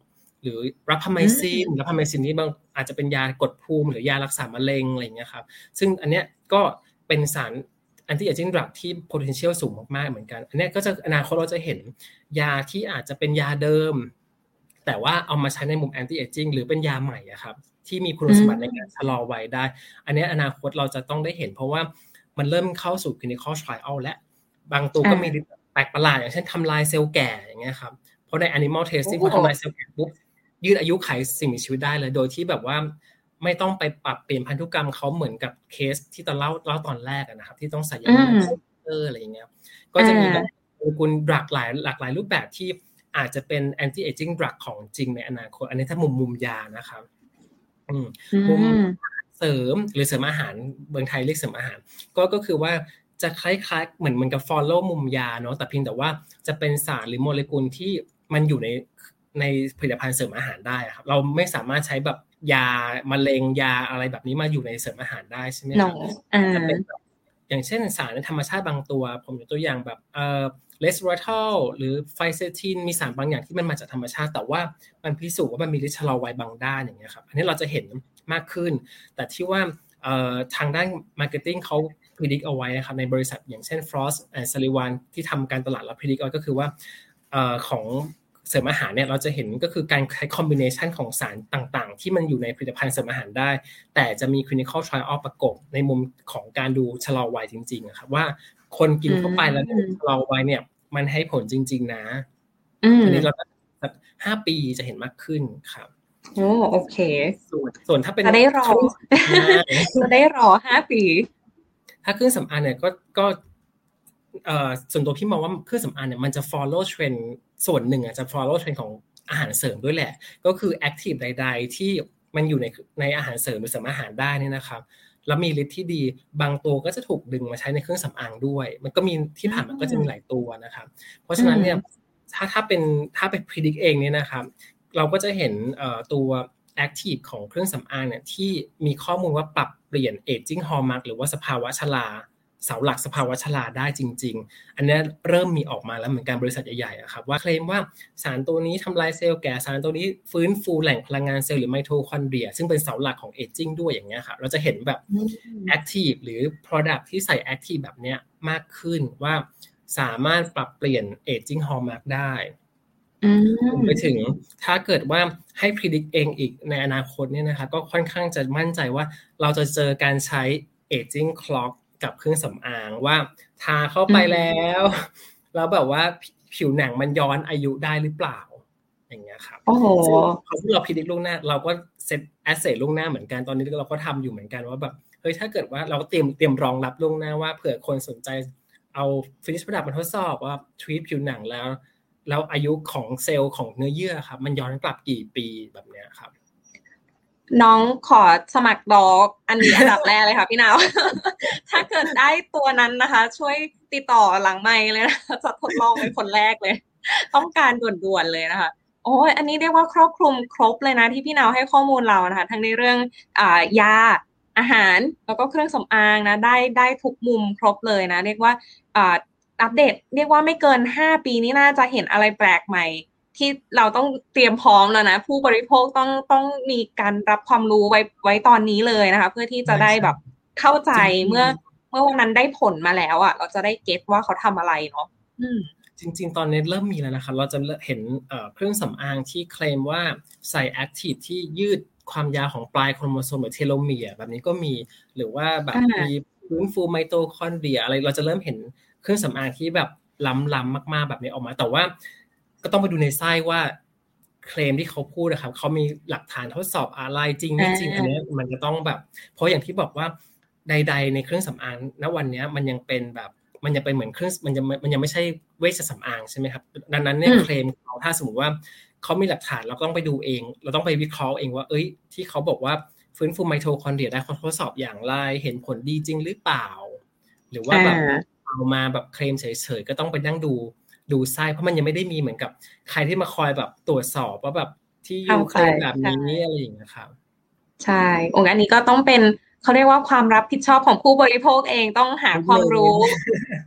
หรือรัพาไมซินรัพาไมซินนี่บางอาจจะเป็นยากดภูมิหรือยารักษามะเร็งอะไรอย่างเงี้ยครับซึ่งอันเนี้ยก็เป็นสาร anti aging drug ที่ potential สูงมากๆเหมือนกันอันเนี้ยก็จะอนาคตเราจะเห็นยาที่อาจจะเป็นยาเดิมแต่ว่าเอามาใช้ในมุม anti aging หรือเป็นยาใหม่อะครับที่มีคุณสมบัติในการชะลอวัยได้อันนี้อนาคตเราจะต้องได้เห็นเพราะว่ามันเริ่มเข้าสู่ clinical trial และบางตัวก็มีแปลกประหลาดอย่างเช่นทำลายเซลล์แก่อย่างเงี้ยครับเพราะใน animal testing พอทำลายเซลล์แก่ปุ๊บยืดอายุขัยสิ่งมีชีวิตได้เลยโดยที่แบบว่าไม่ต้องไปปรับเปลี่ยนพันธุกรรมเขาเหมือนกับเคสที่ตอนเล่าเล่าตอนแรกนะครับที่ต้องใส่ยาเอออะไรอย่างเงี้ยก็จะมีแบบโมเลกุลหลากหลายหลากหลายรูปแบบที่อาจจะเป็น anti aging drug ของจริงในอนาคตอันนี้ถ้ามุมมุมยานะครับมุมเสริมหรือเสริมอาหารเมืองไทยเรียกเสริมอาหารก็ก็คือว่าจะคล้ายๆเหมือนเหมือนกับ follow มุมยาเนาะแต่เพียงแต่ว่าจะเป็นสารหรือโมเลกุลที่มันอยู่ในในผลิตภัณฑ์เสริมอาหารได้ครับเราไม่สามารถใช้แบบยามะเร็งยาอะไรแบบนี้มาอยู่ในเสริมอาหารได้ใช่ไหมครับจะเป็นแบบอย่างเช่นสารในธรรมชาติบางตัวผมยกตัวอย่างแบบเอ่อเลสโวอทอลหรือไฟเซตินมีสารบางอย่างที่มันมาจากธรรมชาติแต่ว่ามันพิสูจน์ว่ามันมีฤทธิ์ชะลอวัยบางด้านอย่างเงี้ยครับอันนี้เราจะเห็นมากขึ้นแต่ที่ว่าเอ่อทางด้านมาร์เก็ตติ้งเขาpredict เอาไว้นะครับในบริษัทอย่างเช่น Frost and Sullivan ที่ทำการตลาดแล้ว predict เอาก็คือว่าเอ่อของเสริมอาหารเนี่ยเราจะเห็นก็คือการใช้คอมบิเนชันของสารต่างๆที่มันอยู่ในผลิตภัณฑ์เสริมอาหารได้แต่จะมี clinical trial ประกบในมุมของการดูชะลอวัยจริงๆนะครับว่าคนกินเข้าไปแล้วชะลอวัยเนี่ยมันให้ผลจริงๆนะอันนี้เราสักห้าปีจะเห็นมากขึ้นครับโอ้โอเคส่วนส่วนถ้าเป็นจะได้รอจะได้รอห้าปีถ้าเครื่องสำอางเนี่ยก็ก็เอ่อส่วนตัวพี่มองว่าเครื่องสำอางเนี่ยมันจะ follow trend ส่วนหนึ่งอ่ะจะ follow trend ของอาหารเสริมด้วยแหละก็คือ active ใดๆที่มันอยู่ในในอาหารเสริมหรือเสริมอาหารได้นี่นะครับแล้วมีฤทธิ์ที่ดีบางตัวก็จะถูกดึงมาใช้ในเครื่องสำอางด้วยมันก็มีที่ผ่านมาก็จะมีหลายตัวนะครับเพราะฉะนั้นเนี่ยถ้าถ้าเป็นถ้าไป predict เองเนี่ยนะครับเราก็จะเห็นเอ่อตัว active ของเครื่องสำอางเนี่ยที่มีข้อมูลว่าปรับเปลี่ยน aging hallmark หรือว่าสภาวะชราเสาหลักสภาวะชราได้จริงๆอันนี้เริ่มมีออกมาแล้วเหมือนกันบริษัทใหญ่ๆอะครับว่าเคลมว่าสารตัวนี้ทำลายเซลล์แก่สารตัวนี้ฟื้นฟูแหล่งพลังงานเซลล์หรือไมโทคอนเดรียซึ่งเป็นเสาหลักของ aging ด้วยอย่างเงี้ยครับเราจะเห็นแบบ active หรือ product ที่ใส่ active แบบเนี้ยมากขึ้นว่าสามารถปรับเปลี่ยน aging hallmark ได้ไปถึงถ้าเกิดว่าให้ predict เองอีกในอนาคตเนี่ยนะคะก็ค่อนข้างจะมั่นใจว่าเราจะเจอการใช้ aging clock กับเครื่องสำอางว่าทาเข้าไปแล้วแล้วแบบว่าผิวหนังมันย้อนอายุได้หรือเปล่าอย่างเงี้ยครับโอ้โหพอที่เรา predict ล่วงหน้าเราก็เซต asset ล่วงหน้าเหมือนกันตอนนี้เราก็ทำอยู่เหมือนกันว่าแบบเฮ้ยถ้าเกิดว่าเราเตรียมเตรียมรองรับล่วงหน้าว่าเผื่อคนสนใจเอา finish product มาทดสอบว่า treat ผิวหนังแล้วแล้วอายุของเซลล์ของเนื้อเยื่อครับมันย้อนกลับกี่ปีแบบเนี้ยครับน้องขอสมัครด็อกอันนี้อันดับแรกเลยค่ะพี่นาว ถ้าเกิดได้ตัวนั้นนะคะช่วยติดต่อหลังไมค์เลยนะจะทดลองเป็นคนแรกเลยต้องการด่วนๆเลยนะคะโอ้ยอันนี้เรียกว่าครอบคลุมครบเลยนะที่พี่นาวให้ข้อมูลเรานะคะทั้งในเรื่องอ่ายาอาหารแล้วก็เครื่องสำอางนะได้ได้ทุกมุมครบเลยนะเรียกว่าอ่าอัปเดตเรียกว่าไม่เกินห้าปีนี้น่าจะเห็นอะไรแปลกใหม่ที่เราต้องเตรียมพร้อมแล้วนะผู้บริโภคต้องต้องมีการรับความรู้ไว้ไว้ตอนนี้เลยนะคะเพื่อที่จะได้แบบเข้าใจเมื่อเมื่อวันนั้นได้ผลมาแล้วอ่ะเราจะได้เก็ตว่าเขาทำอะไรเนาะจริงๆตอนนี้เริ่มมีแล้วนะคะเราจะเห็นเครื่องสำอางที่เคลมว่าใส่แอคทีฟที่ยืดความยาวของปลายโครโมโซมหรือเทโลเมียร์แบบนี้ก็มีหรือว่าแบบมีฟื้นฟูไมโตคอนเดรียอะไรเราจะเริ่มเห็นเครื่องสำอางที่แบบล้ำๆมากๆแบบนี้ออกมาแต่ว่าก็ต้องไปดูในไส้ว่าเคลมที่เขาพูดนะครับเขามีหลักฐานทดสอบอะไรจริงไม่จริงอันนี้มันจะต้องแบบเพราะอย่างที่บอกว่าใดๆในเครื่องสำอางณวันนี้มันยังเป็นแบบมันยังเป็นเหมือนเครื่องมันยังมันยังไม่ใช่เวชสำอางใช่ไหมครับดังนั้นเนี่ยเคลมเขาถ้าสมมติว่าเขามีหลักฐานเราต้องไปดูเองเราต้องไปวิเคราะห์เองว่าเอ้ยที่เขาบอกว่าฟื้นฟูไมโทคอนเดรียได้เขาทดสอบอย่างไรเห็นผลดีจริงหรือเปล่าหรือว่าแบบเอามาแบบเคลมเฉยๆก็ต้องไปนั่งดูดูไส้เพราะมันยังไม่ได้มีเหมือนกับใครที่มาคอยแบบตรวจสอบว่าแบบที่ยูเคลมแบบนี้อะไรอย่างเงี้ยครับใช่องค์อันนี้ก็ต้องเป็นเขาเรียกว่าความรับผิดชอบของผู้บริโภคเองต้องหาความรู้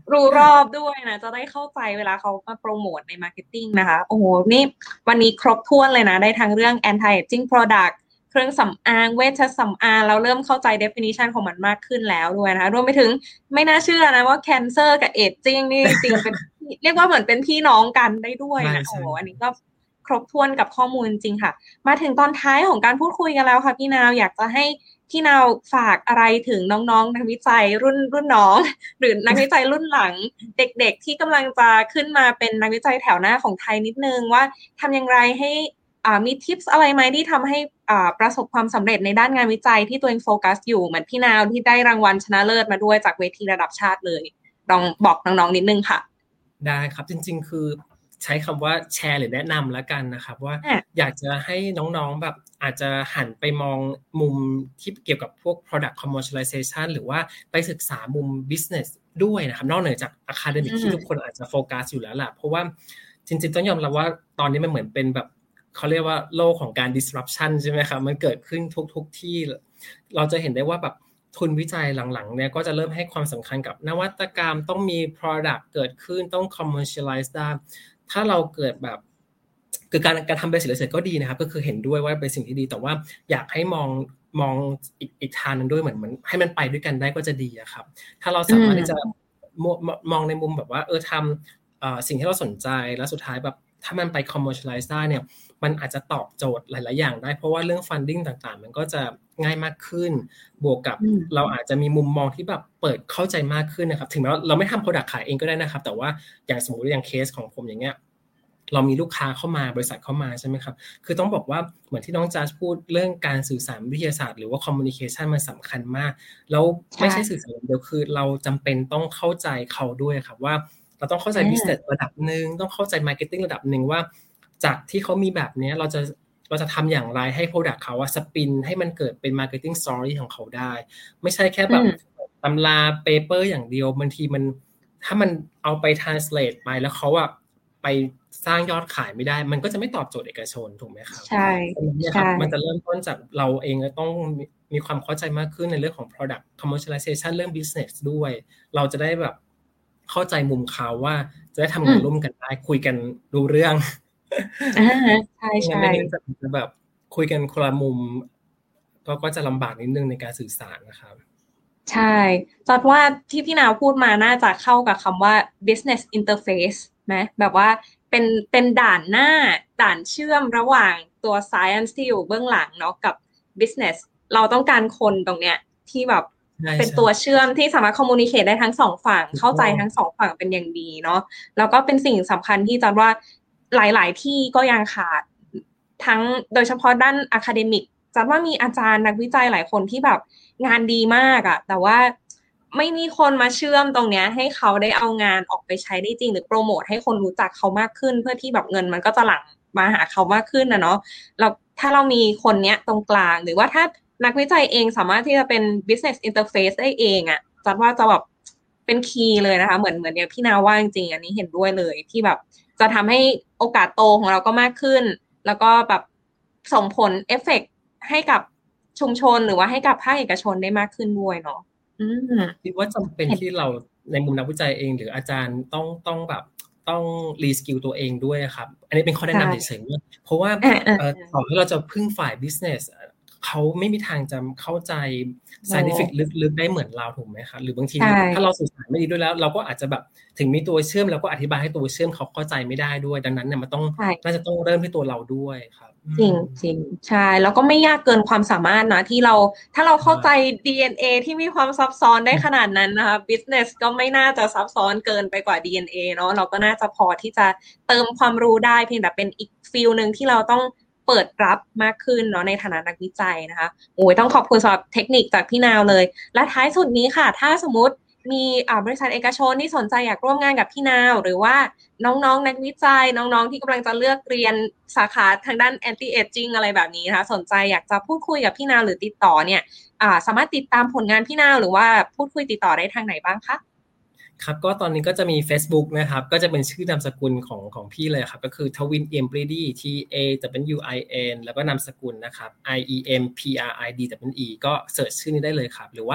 รู้รอบด้วยนะจะได้เข้าใจเวลาเขามาโปรโมทในมาร์เก็ตติ้งนะคะโอ้โหนี่วันนี้ครบถ้วนเลยนะได้ทั้งเรื่อง anti aging product เครื่องสำอางเวชสำอางเราเริ่มเข้าใจ definition ของมันมากขึ้นแล้วด้วยนะคะรวมไปถึงไม่น่าเชื่อนะว่า cancer กับ aging นี่จริงเป็นเรียกว่าเหมือนเป็นพี่น้องกันได้ด้วยนะโอ้โหอันนี้ก็ครบถ้วนกับข้อมูลจริงค่ะมาถึงตอนท้ายของการพูดคุยกันแล้วค่ะพี่นาวอยากจะให้พี่นาวฝากอะไรถึงน้องๆนักวิจัยรุ่นรุ่นน้องหรือนักวิจัยรุ่นหลังเด็กๆที่กำลังจะขึ้นมาเป็นนักวิจัยแถวหน้าของไทยนิดนึงว่าทำอย่างไรให้อ่ามีทิปส์อะไรไหมที่ทำให้อ่าประสบความสำเร็จในด้านงานวิจัยที่ตัวเองโฟกัสอยู่เหมือนพี่นาวที่ได้รางวัลชนะเลิศมาด้วยจากเวทีระดับชาติเลยลองบอกน้องๆนิดนึงค่ะได้ครับจริงๆคือใช้คำว่าแชร์หรือแนะนำแล้วกันนะครับว่าอยากจะให้น้องๆแบบอาจจะหันไปมองมุมที่เกี่ยวกับพวก product commercialization หรือว่าไปศึกษามุม business ด้วยนะครับนอกเหนือจาก academic ที่ทุกคนอาจจะโฟกัสอยู่แล้วแหละเพราะว่าจริงๆต้องยอมรับว่าตอนนี้มันเหมือนเป็นแบบเขาเรียกว่าโลกของการ disruption ใช่ไหมครับมันเกิดขึ้นทุกๆที่เราจะเห็นได้ว่าแบบทุนวิจัยหลังๆเนี่ยก็จะเริ่มให้ความสำคัญกับนวัตกรรมต้องมี product เกิดขึ้นต้อง commercialize ได้ถ้าเราเกิดแบบคือการการทำเบสิกรีเสิร์ชก็ดีนะครับก็คือเห็นด้วยว่าเป็นสิ่งที่ดีแต่ว่าอยากให้มองมองอีกอีกทางนึงด้วยเหมือนเหมือนให้มันไปด้วยกันได้ก็จะดีอะครับถ้าเราสามารถที่จะมองในมุมแบบว่าเออทำสิ่งที่เราสนใจแล้วสุดท้ายแบบถ้ามันไป commercialize ได้เนี่ยมันอาจจะตอบโจทย์หลายๆอย่างได้เพราะว่าเรื่อง funding ต่างๆมันก็จะง่ายมากขึ้นบวกกับเราอาจจะมีมุมมองที่แบบเปิดเข้าใจมากขึ้นนะครับถึงแม้ว่าเราไม่ทำ product ขายเองก็ได้นะครับแต่ว่าอย่างสมมุติอย่างเคสของผมอย่างเงี้ยเรามีลูกค้าเข้ามาบริษัทเข้ามาใช่ไหมครับคือต้องบอกว่าเหมือนที่น้องจัสพูดเรื่องการสื่อสารวิทยาศาสตร์หรือว่า communication มันสำคัญมากแล้วไม่ใช่สื่อสารอย่างเดียวคือเราจำเป็นต้องเข้าใจเขาด้วยครับว่าเราต้องเข้าใจ business ระดับนึงต้องเข้าใจ marketing ระดับนึงว่าจากที่เขามีแบบนี้เราจะเราจะทำอย่างไรให้ product เขาว่าสปินให้มันเกิดเป็น marketing story ของเขาได้ไม่ใช่แค่แบบตำรา paper อย่างเดียวบางทีมันถ้ามันเอาไป translate ไปแล้วเขาอะไปสร้างยอดขายไม่ได้มันก็จะไม่ตอบโจทย์เอกชนถูกไหมครับใช่ใช่มันจะเริ่มต้นจากเราเองต้องมีความเข้าใจมากขึ้นในเรื่องของ product commercialization เรื่อง business ด้วยเราจะได้แบบเข้าใจมุมเขาว่าจะได้ทำงานร่วมกันได้คุยกันรู้เรื่องอ่าใช่ใช่ไม่งั้นจะแบบคุยกันคนละมุมก็ก็จะลำบากนิดนึงในการสื่อสารนะครับใช่จอดว่าที่พี่นาวพูดมาน่าจะเข้ากับคำว่า business interface ไหมแบบว่าเป็นเป็นด่านหน้าด่านเชื่อมระหว่างตัว science ที่อยู่เบื้องหลังเนาะกับ business เราต้องการคนตรงเนี้ยที่แบบเป็นตัวเชื่อมที่สามารถ communicate ได้ทั้งสองฝั่งเข้าใจทั้งสองฝั่งเป็นอย่างดีเนาะแล้วก็เป็นสิ่งสำคัญที่จอดว่าหลายๆที่ก็ยังขาดทั้งโดยเฉพาะด้าน academic จอดว่ามีอาจารย์นักวิจัยหลายคนที่แบบงานดีมากอะแต่ว่าไม่มีคนมาเชื่อมตรงเนี้ยให้เขาได้เอางานออกไปใช้ได้จริงหรือโปรโมทให้คนรู้จักเขามากขึ้นเพื่อที่แบบเงินมันก็จะหลั่งมาหาเขามากขึ้นนะเนาะเราถ้าเรามีคนเนี้ยตรงกลางหรือว่าถ้านักวิจัยเองสามารถที่จะเป็น business interface ได้เองอะจัดว่าจะแบบเป็นคีย์เลยนะคะเหมือนเหมือนอย่างพี่นาว่าจริงๆอันนี้เห็นด้วยเลยที่แบบจะทำให้โอกาสโตของเราก็มากขึ้นแล้วก็แบบส่งผลเอฟเฟกต์ให้กับชุมชนหรือว่าให้กับภาคเอกชนได้มากขึ้นด้วยเนาะคิดว่าจำเป็นที่เราในมุมนักวิจัยเองหรืออาจารย์ต้องต้องแบบต้องรีสกิลตัวเองด้วยครับอันนี้เป็นข้อแนะนำเฉยๆเพราะว่าต่อให้เราจะพึ่งฝ่าย business เขาไม่มีทางจะเข้าใจ scientific ลึกๆได้เหมือนเราถูกไหมครับหรือบางทีถ้าเราสื่อสารไม่ดีด้วยแล้วเราก็อาจจะแบบถึงมีตัวเชื่อมเราก็อธิบายให้ตัวเชื่อมเขาเข้าใจไม่ได้ด้วยดังนั้นเนี่ยมันต้องน่าจะต้องเริ่มที่ตัวเราด้วยครับจริงจริงใช่แล้วก็ไม่ยากเกินความสามารถนะที่เราถ้าเราเข้าใจ ดี เอ็น เอ ที่มีความซับซ้อนได้ขนาดนั้นนะคะ business ก็ไม่น่าจะซับซ้อนเกินไปกว่า ดี เอ็น เอ เนาะเราก็น่าจะพอที่จะเติมความรู้ได้เพียงแต่เป็นอีกฟีลนึงที่เราต้องเปิดรับมากขึ้นเนาะในฐานะนักวิจัยนะคะโอ้ยต้องขอบคุณสำหรับเทคนิคจากพี่นาวเลยและท้ายสุดนี้ค่ะถ้าสมมติมีบริษัทเอกชนที่สนใจอยากร่วมงานกับพี่นาวหรือว่าน้องๆนักวิจัยน้องๆที่กำลังจะเลือกเรียนสาขาทางด้าน anti aging อะไรแบบนี้นะคะสนใจอยากจะพูดคุยกับพี่นาวหรือติดต่อเนี่ยสามารถติดตามผลงานพี่นาวหรือว่าพูดคุยติดต่อได้ทางไหนบ้างคะครับก็ตอนนี้ก็จะมี Facebook นะครับก็จะเป็นชื่อนามสกุลของของพี่เลยครับก็คือทวินเอียมปรีดี T A W I N แล้วก็นามสกุลนะครับ I E M P R I D W E ก็เสิร์ชชื่อนี้ได้เลยครับหรือว่า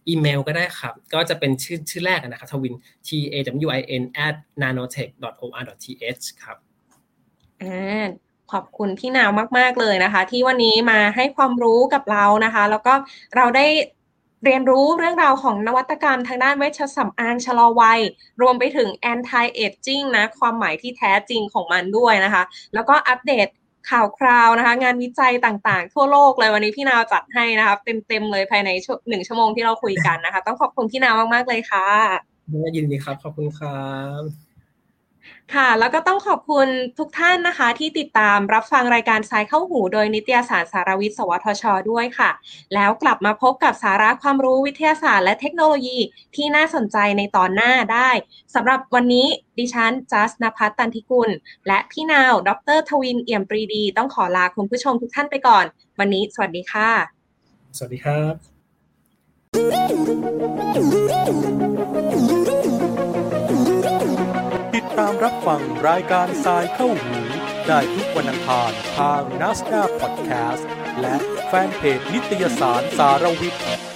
อีเมลก็ได้ครับก็จะเป็นชื่อชื่อแรกนะครับทวิน t a w i n at nanotech dot o r dot t h ครับอ่าขอบคุณพี่นาวมากๆเลยนะคะที่วันนี้มาให้ความรู้กับเรานะคะแล้วก็เราได้เรียนรู้เรื่องราวของนวัตกรรมทางด้านเวชสำอางชะลอวัยรวมไปถึง anti aging นะความหมายที่แท้จริงของมันด้วยนะคะแล้วก็อัปเดตข่าวคราวนะคะงานวิจัยต่างๆทั่วโลกเลยวันนี้พี่นาวจัดให้นะคะเต็มๆเลยภายในหนึ่งชั่วโมงที่เราคุยกันนะคะต้องขอบคุณพี่นาวมากๆเลยค่ะยินดีครับขอบคุณครับค่ะแล้วก็ต้องขอบคุณทุกท่านนะคะที่ติดตามรับฟังรายการสายเข้าหูโดยนิตยสารสารวิทย์สวทช.ด้วยค่ะแล้วกลับมาพบกับสาระความรู้วิทยาศาสตร์และเทคโนโลยีที่น่าสนใจในตอนหน้าได้สำหรับวันนี้ดิฉันจัสณภัทร ตันธิกุลและพี่นาวดร.ทวินเอี่ยมปรีดีต้องขอลาคุณผู้ชมทุกท่านไปก่อนวันนี้สวัสดีค่ะสวัสดีครับติดตามรับฟังรายการทรายเข้าหูได้ทุกวันอังคารทาง นัสดา Podcast และแฟนเพจนิตยสารสารวิทย์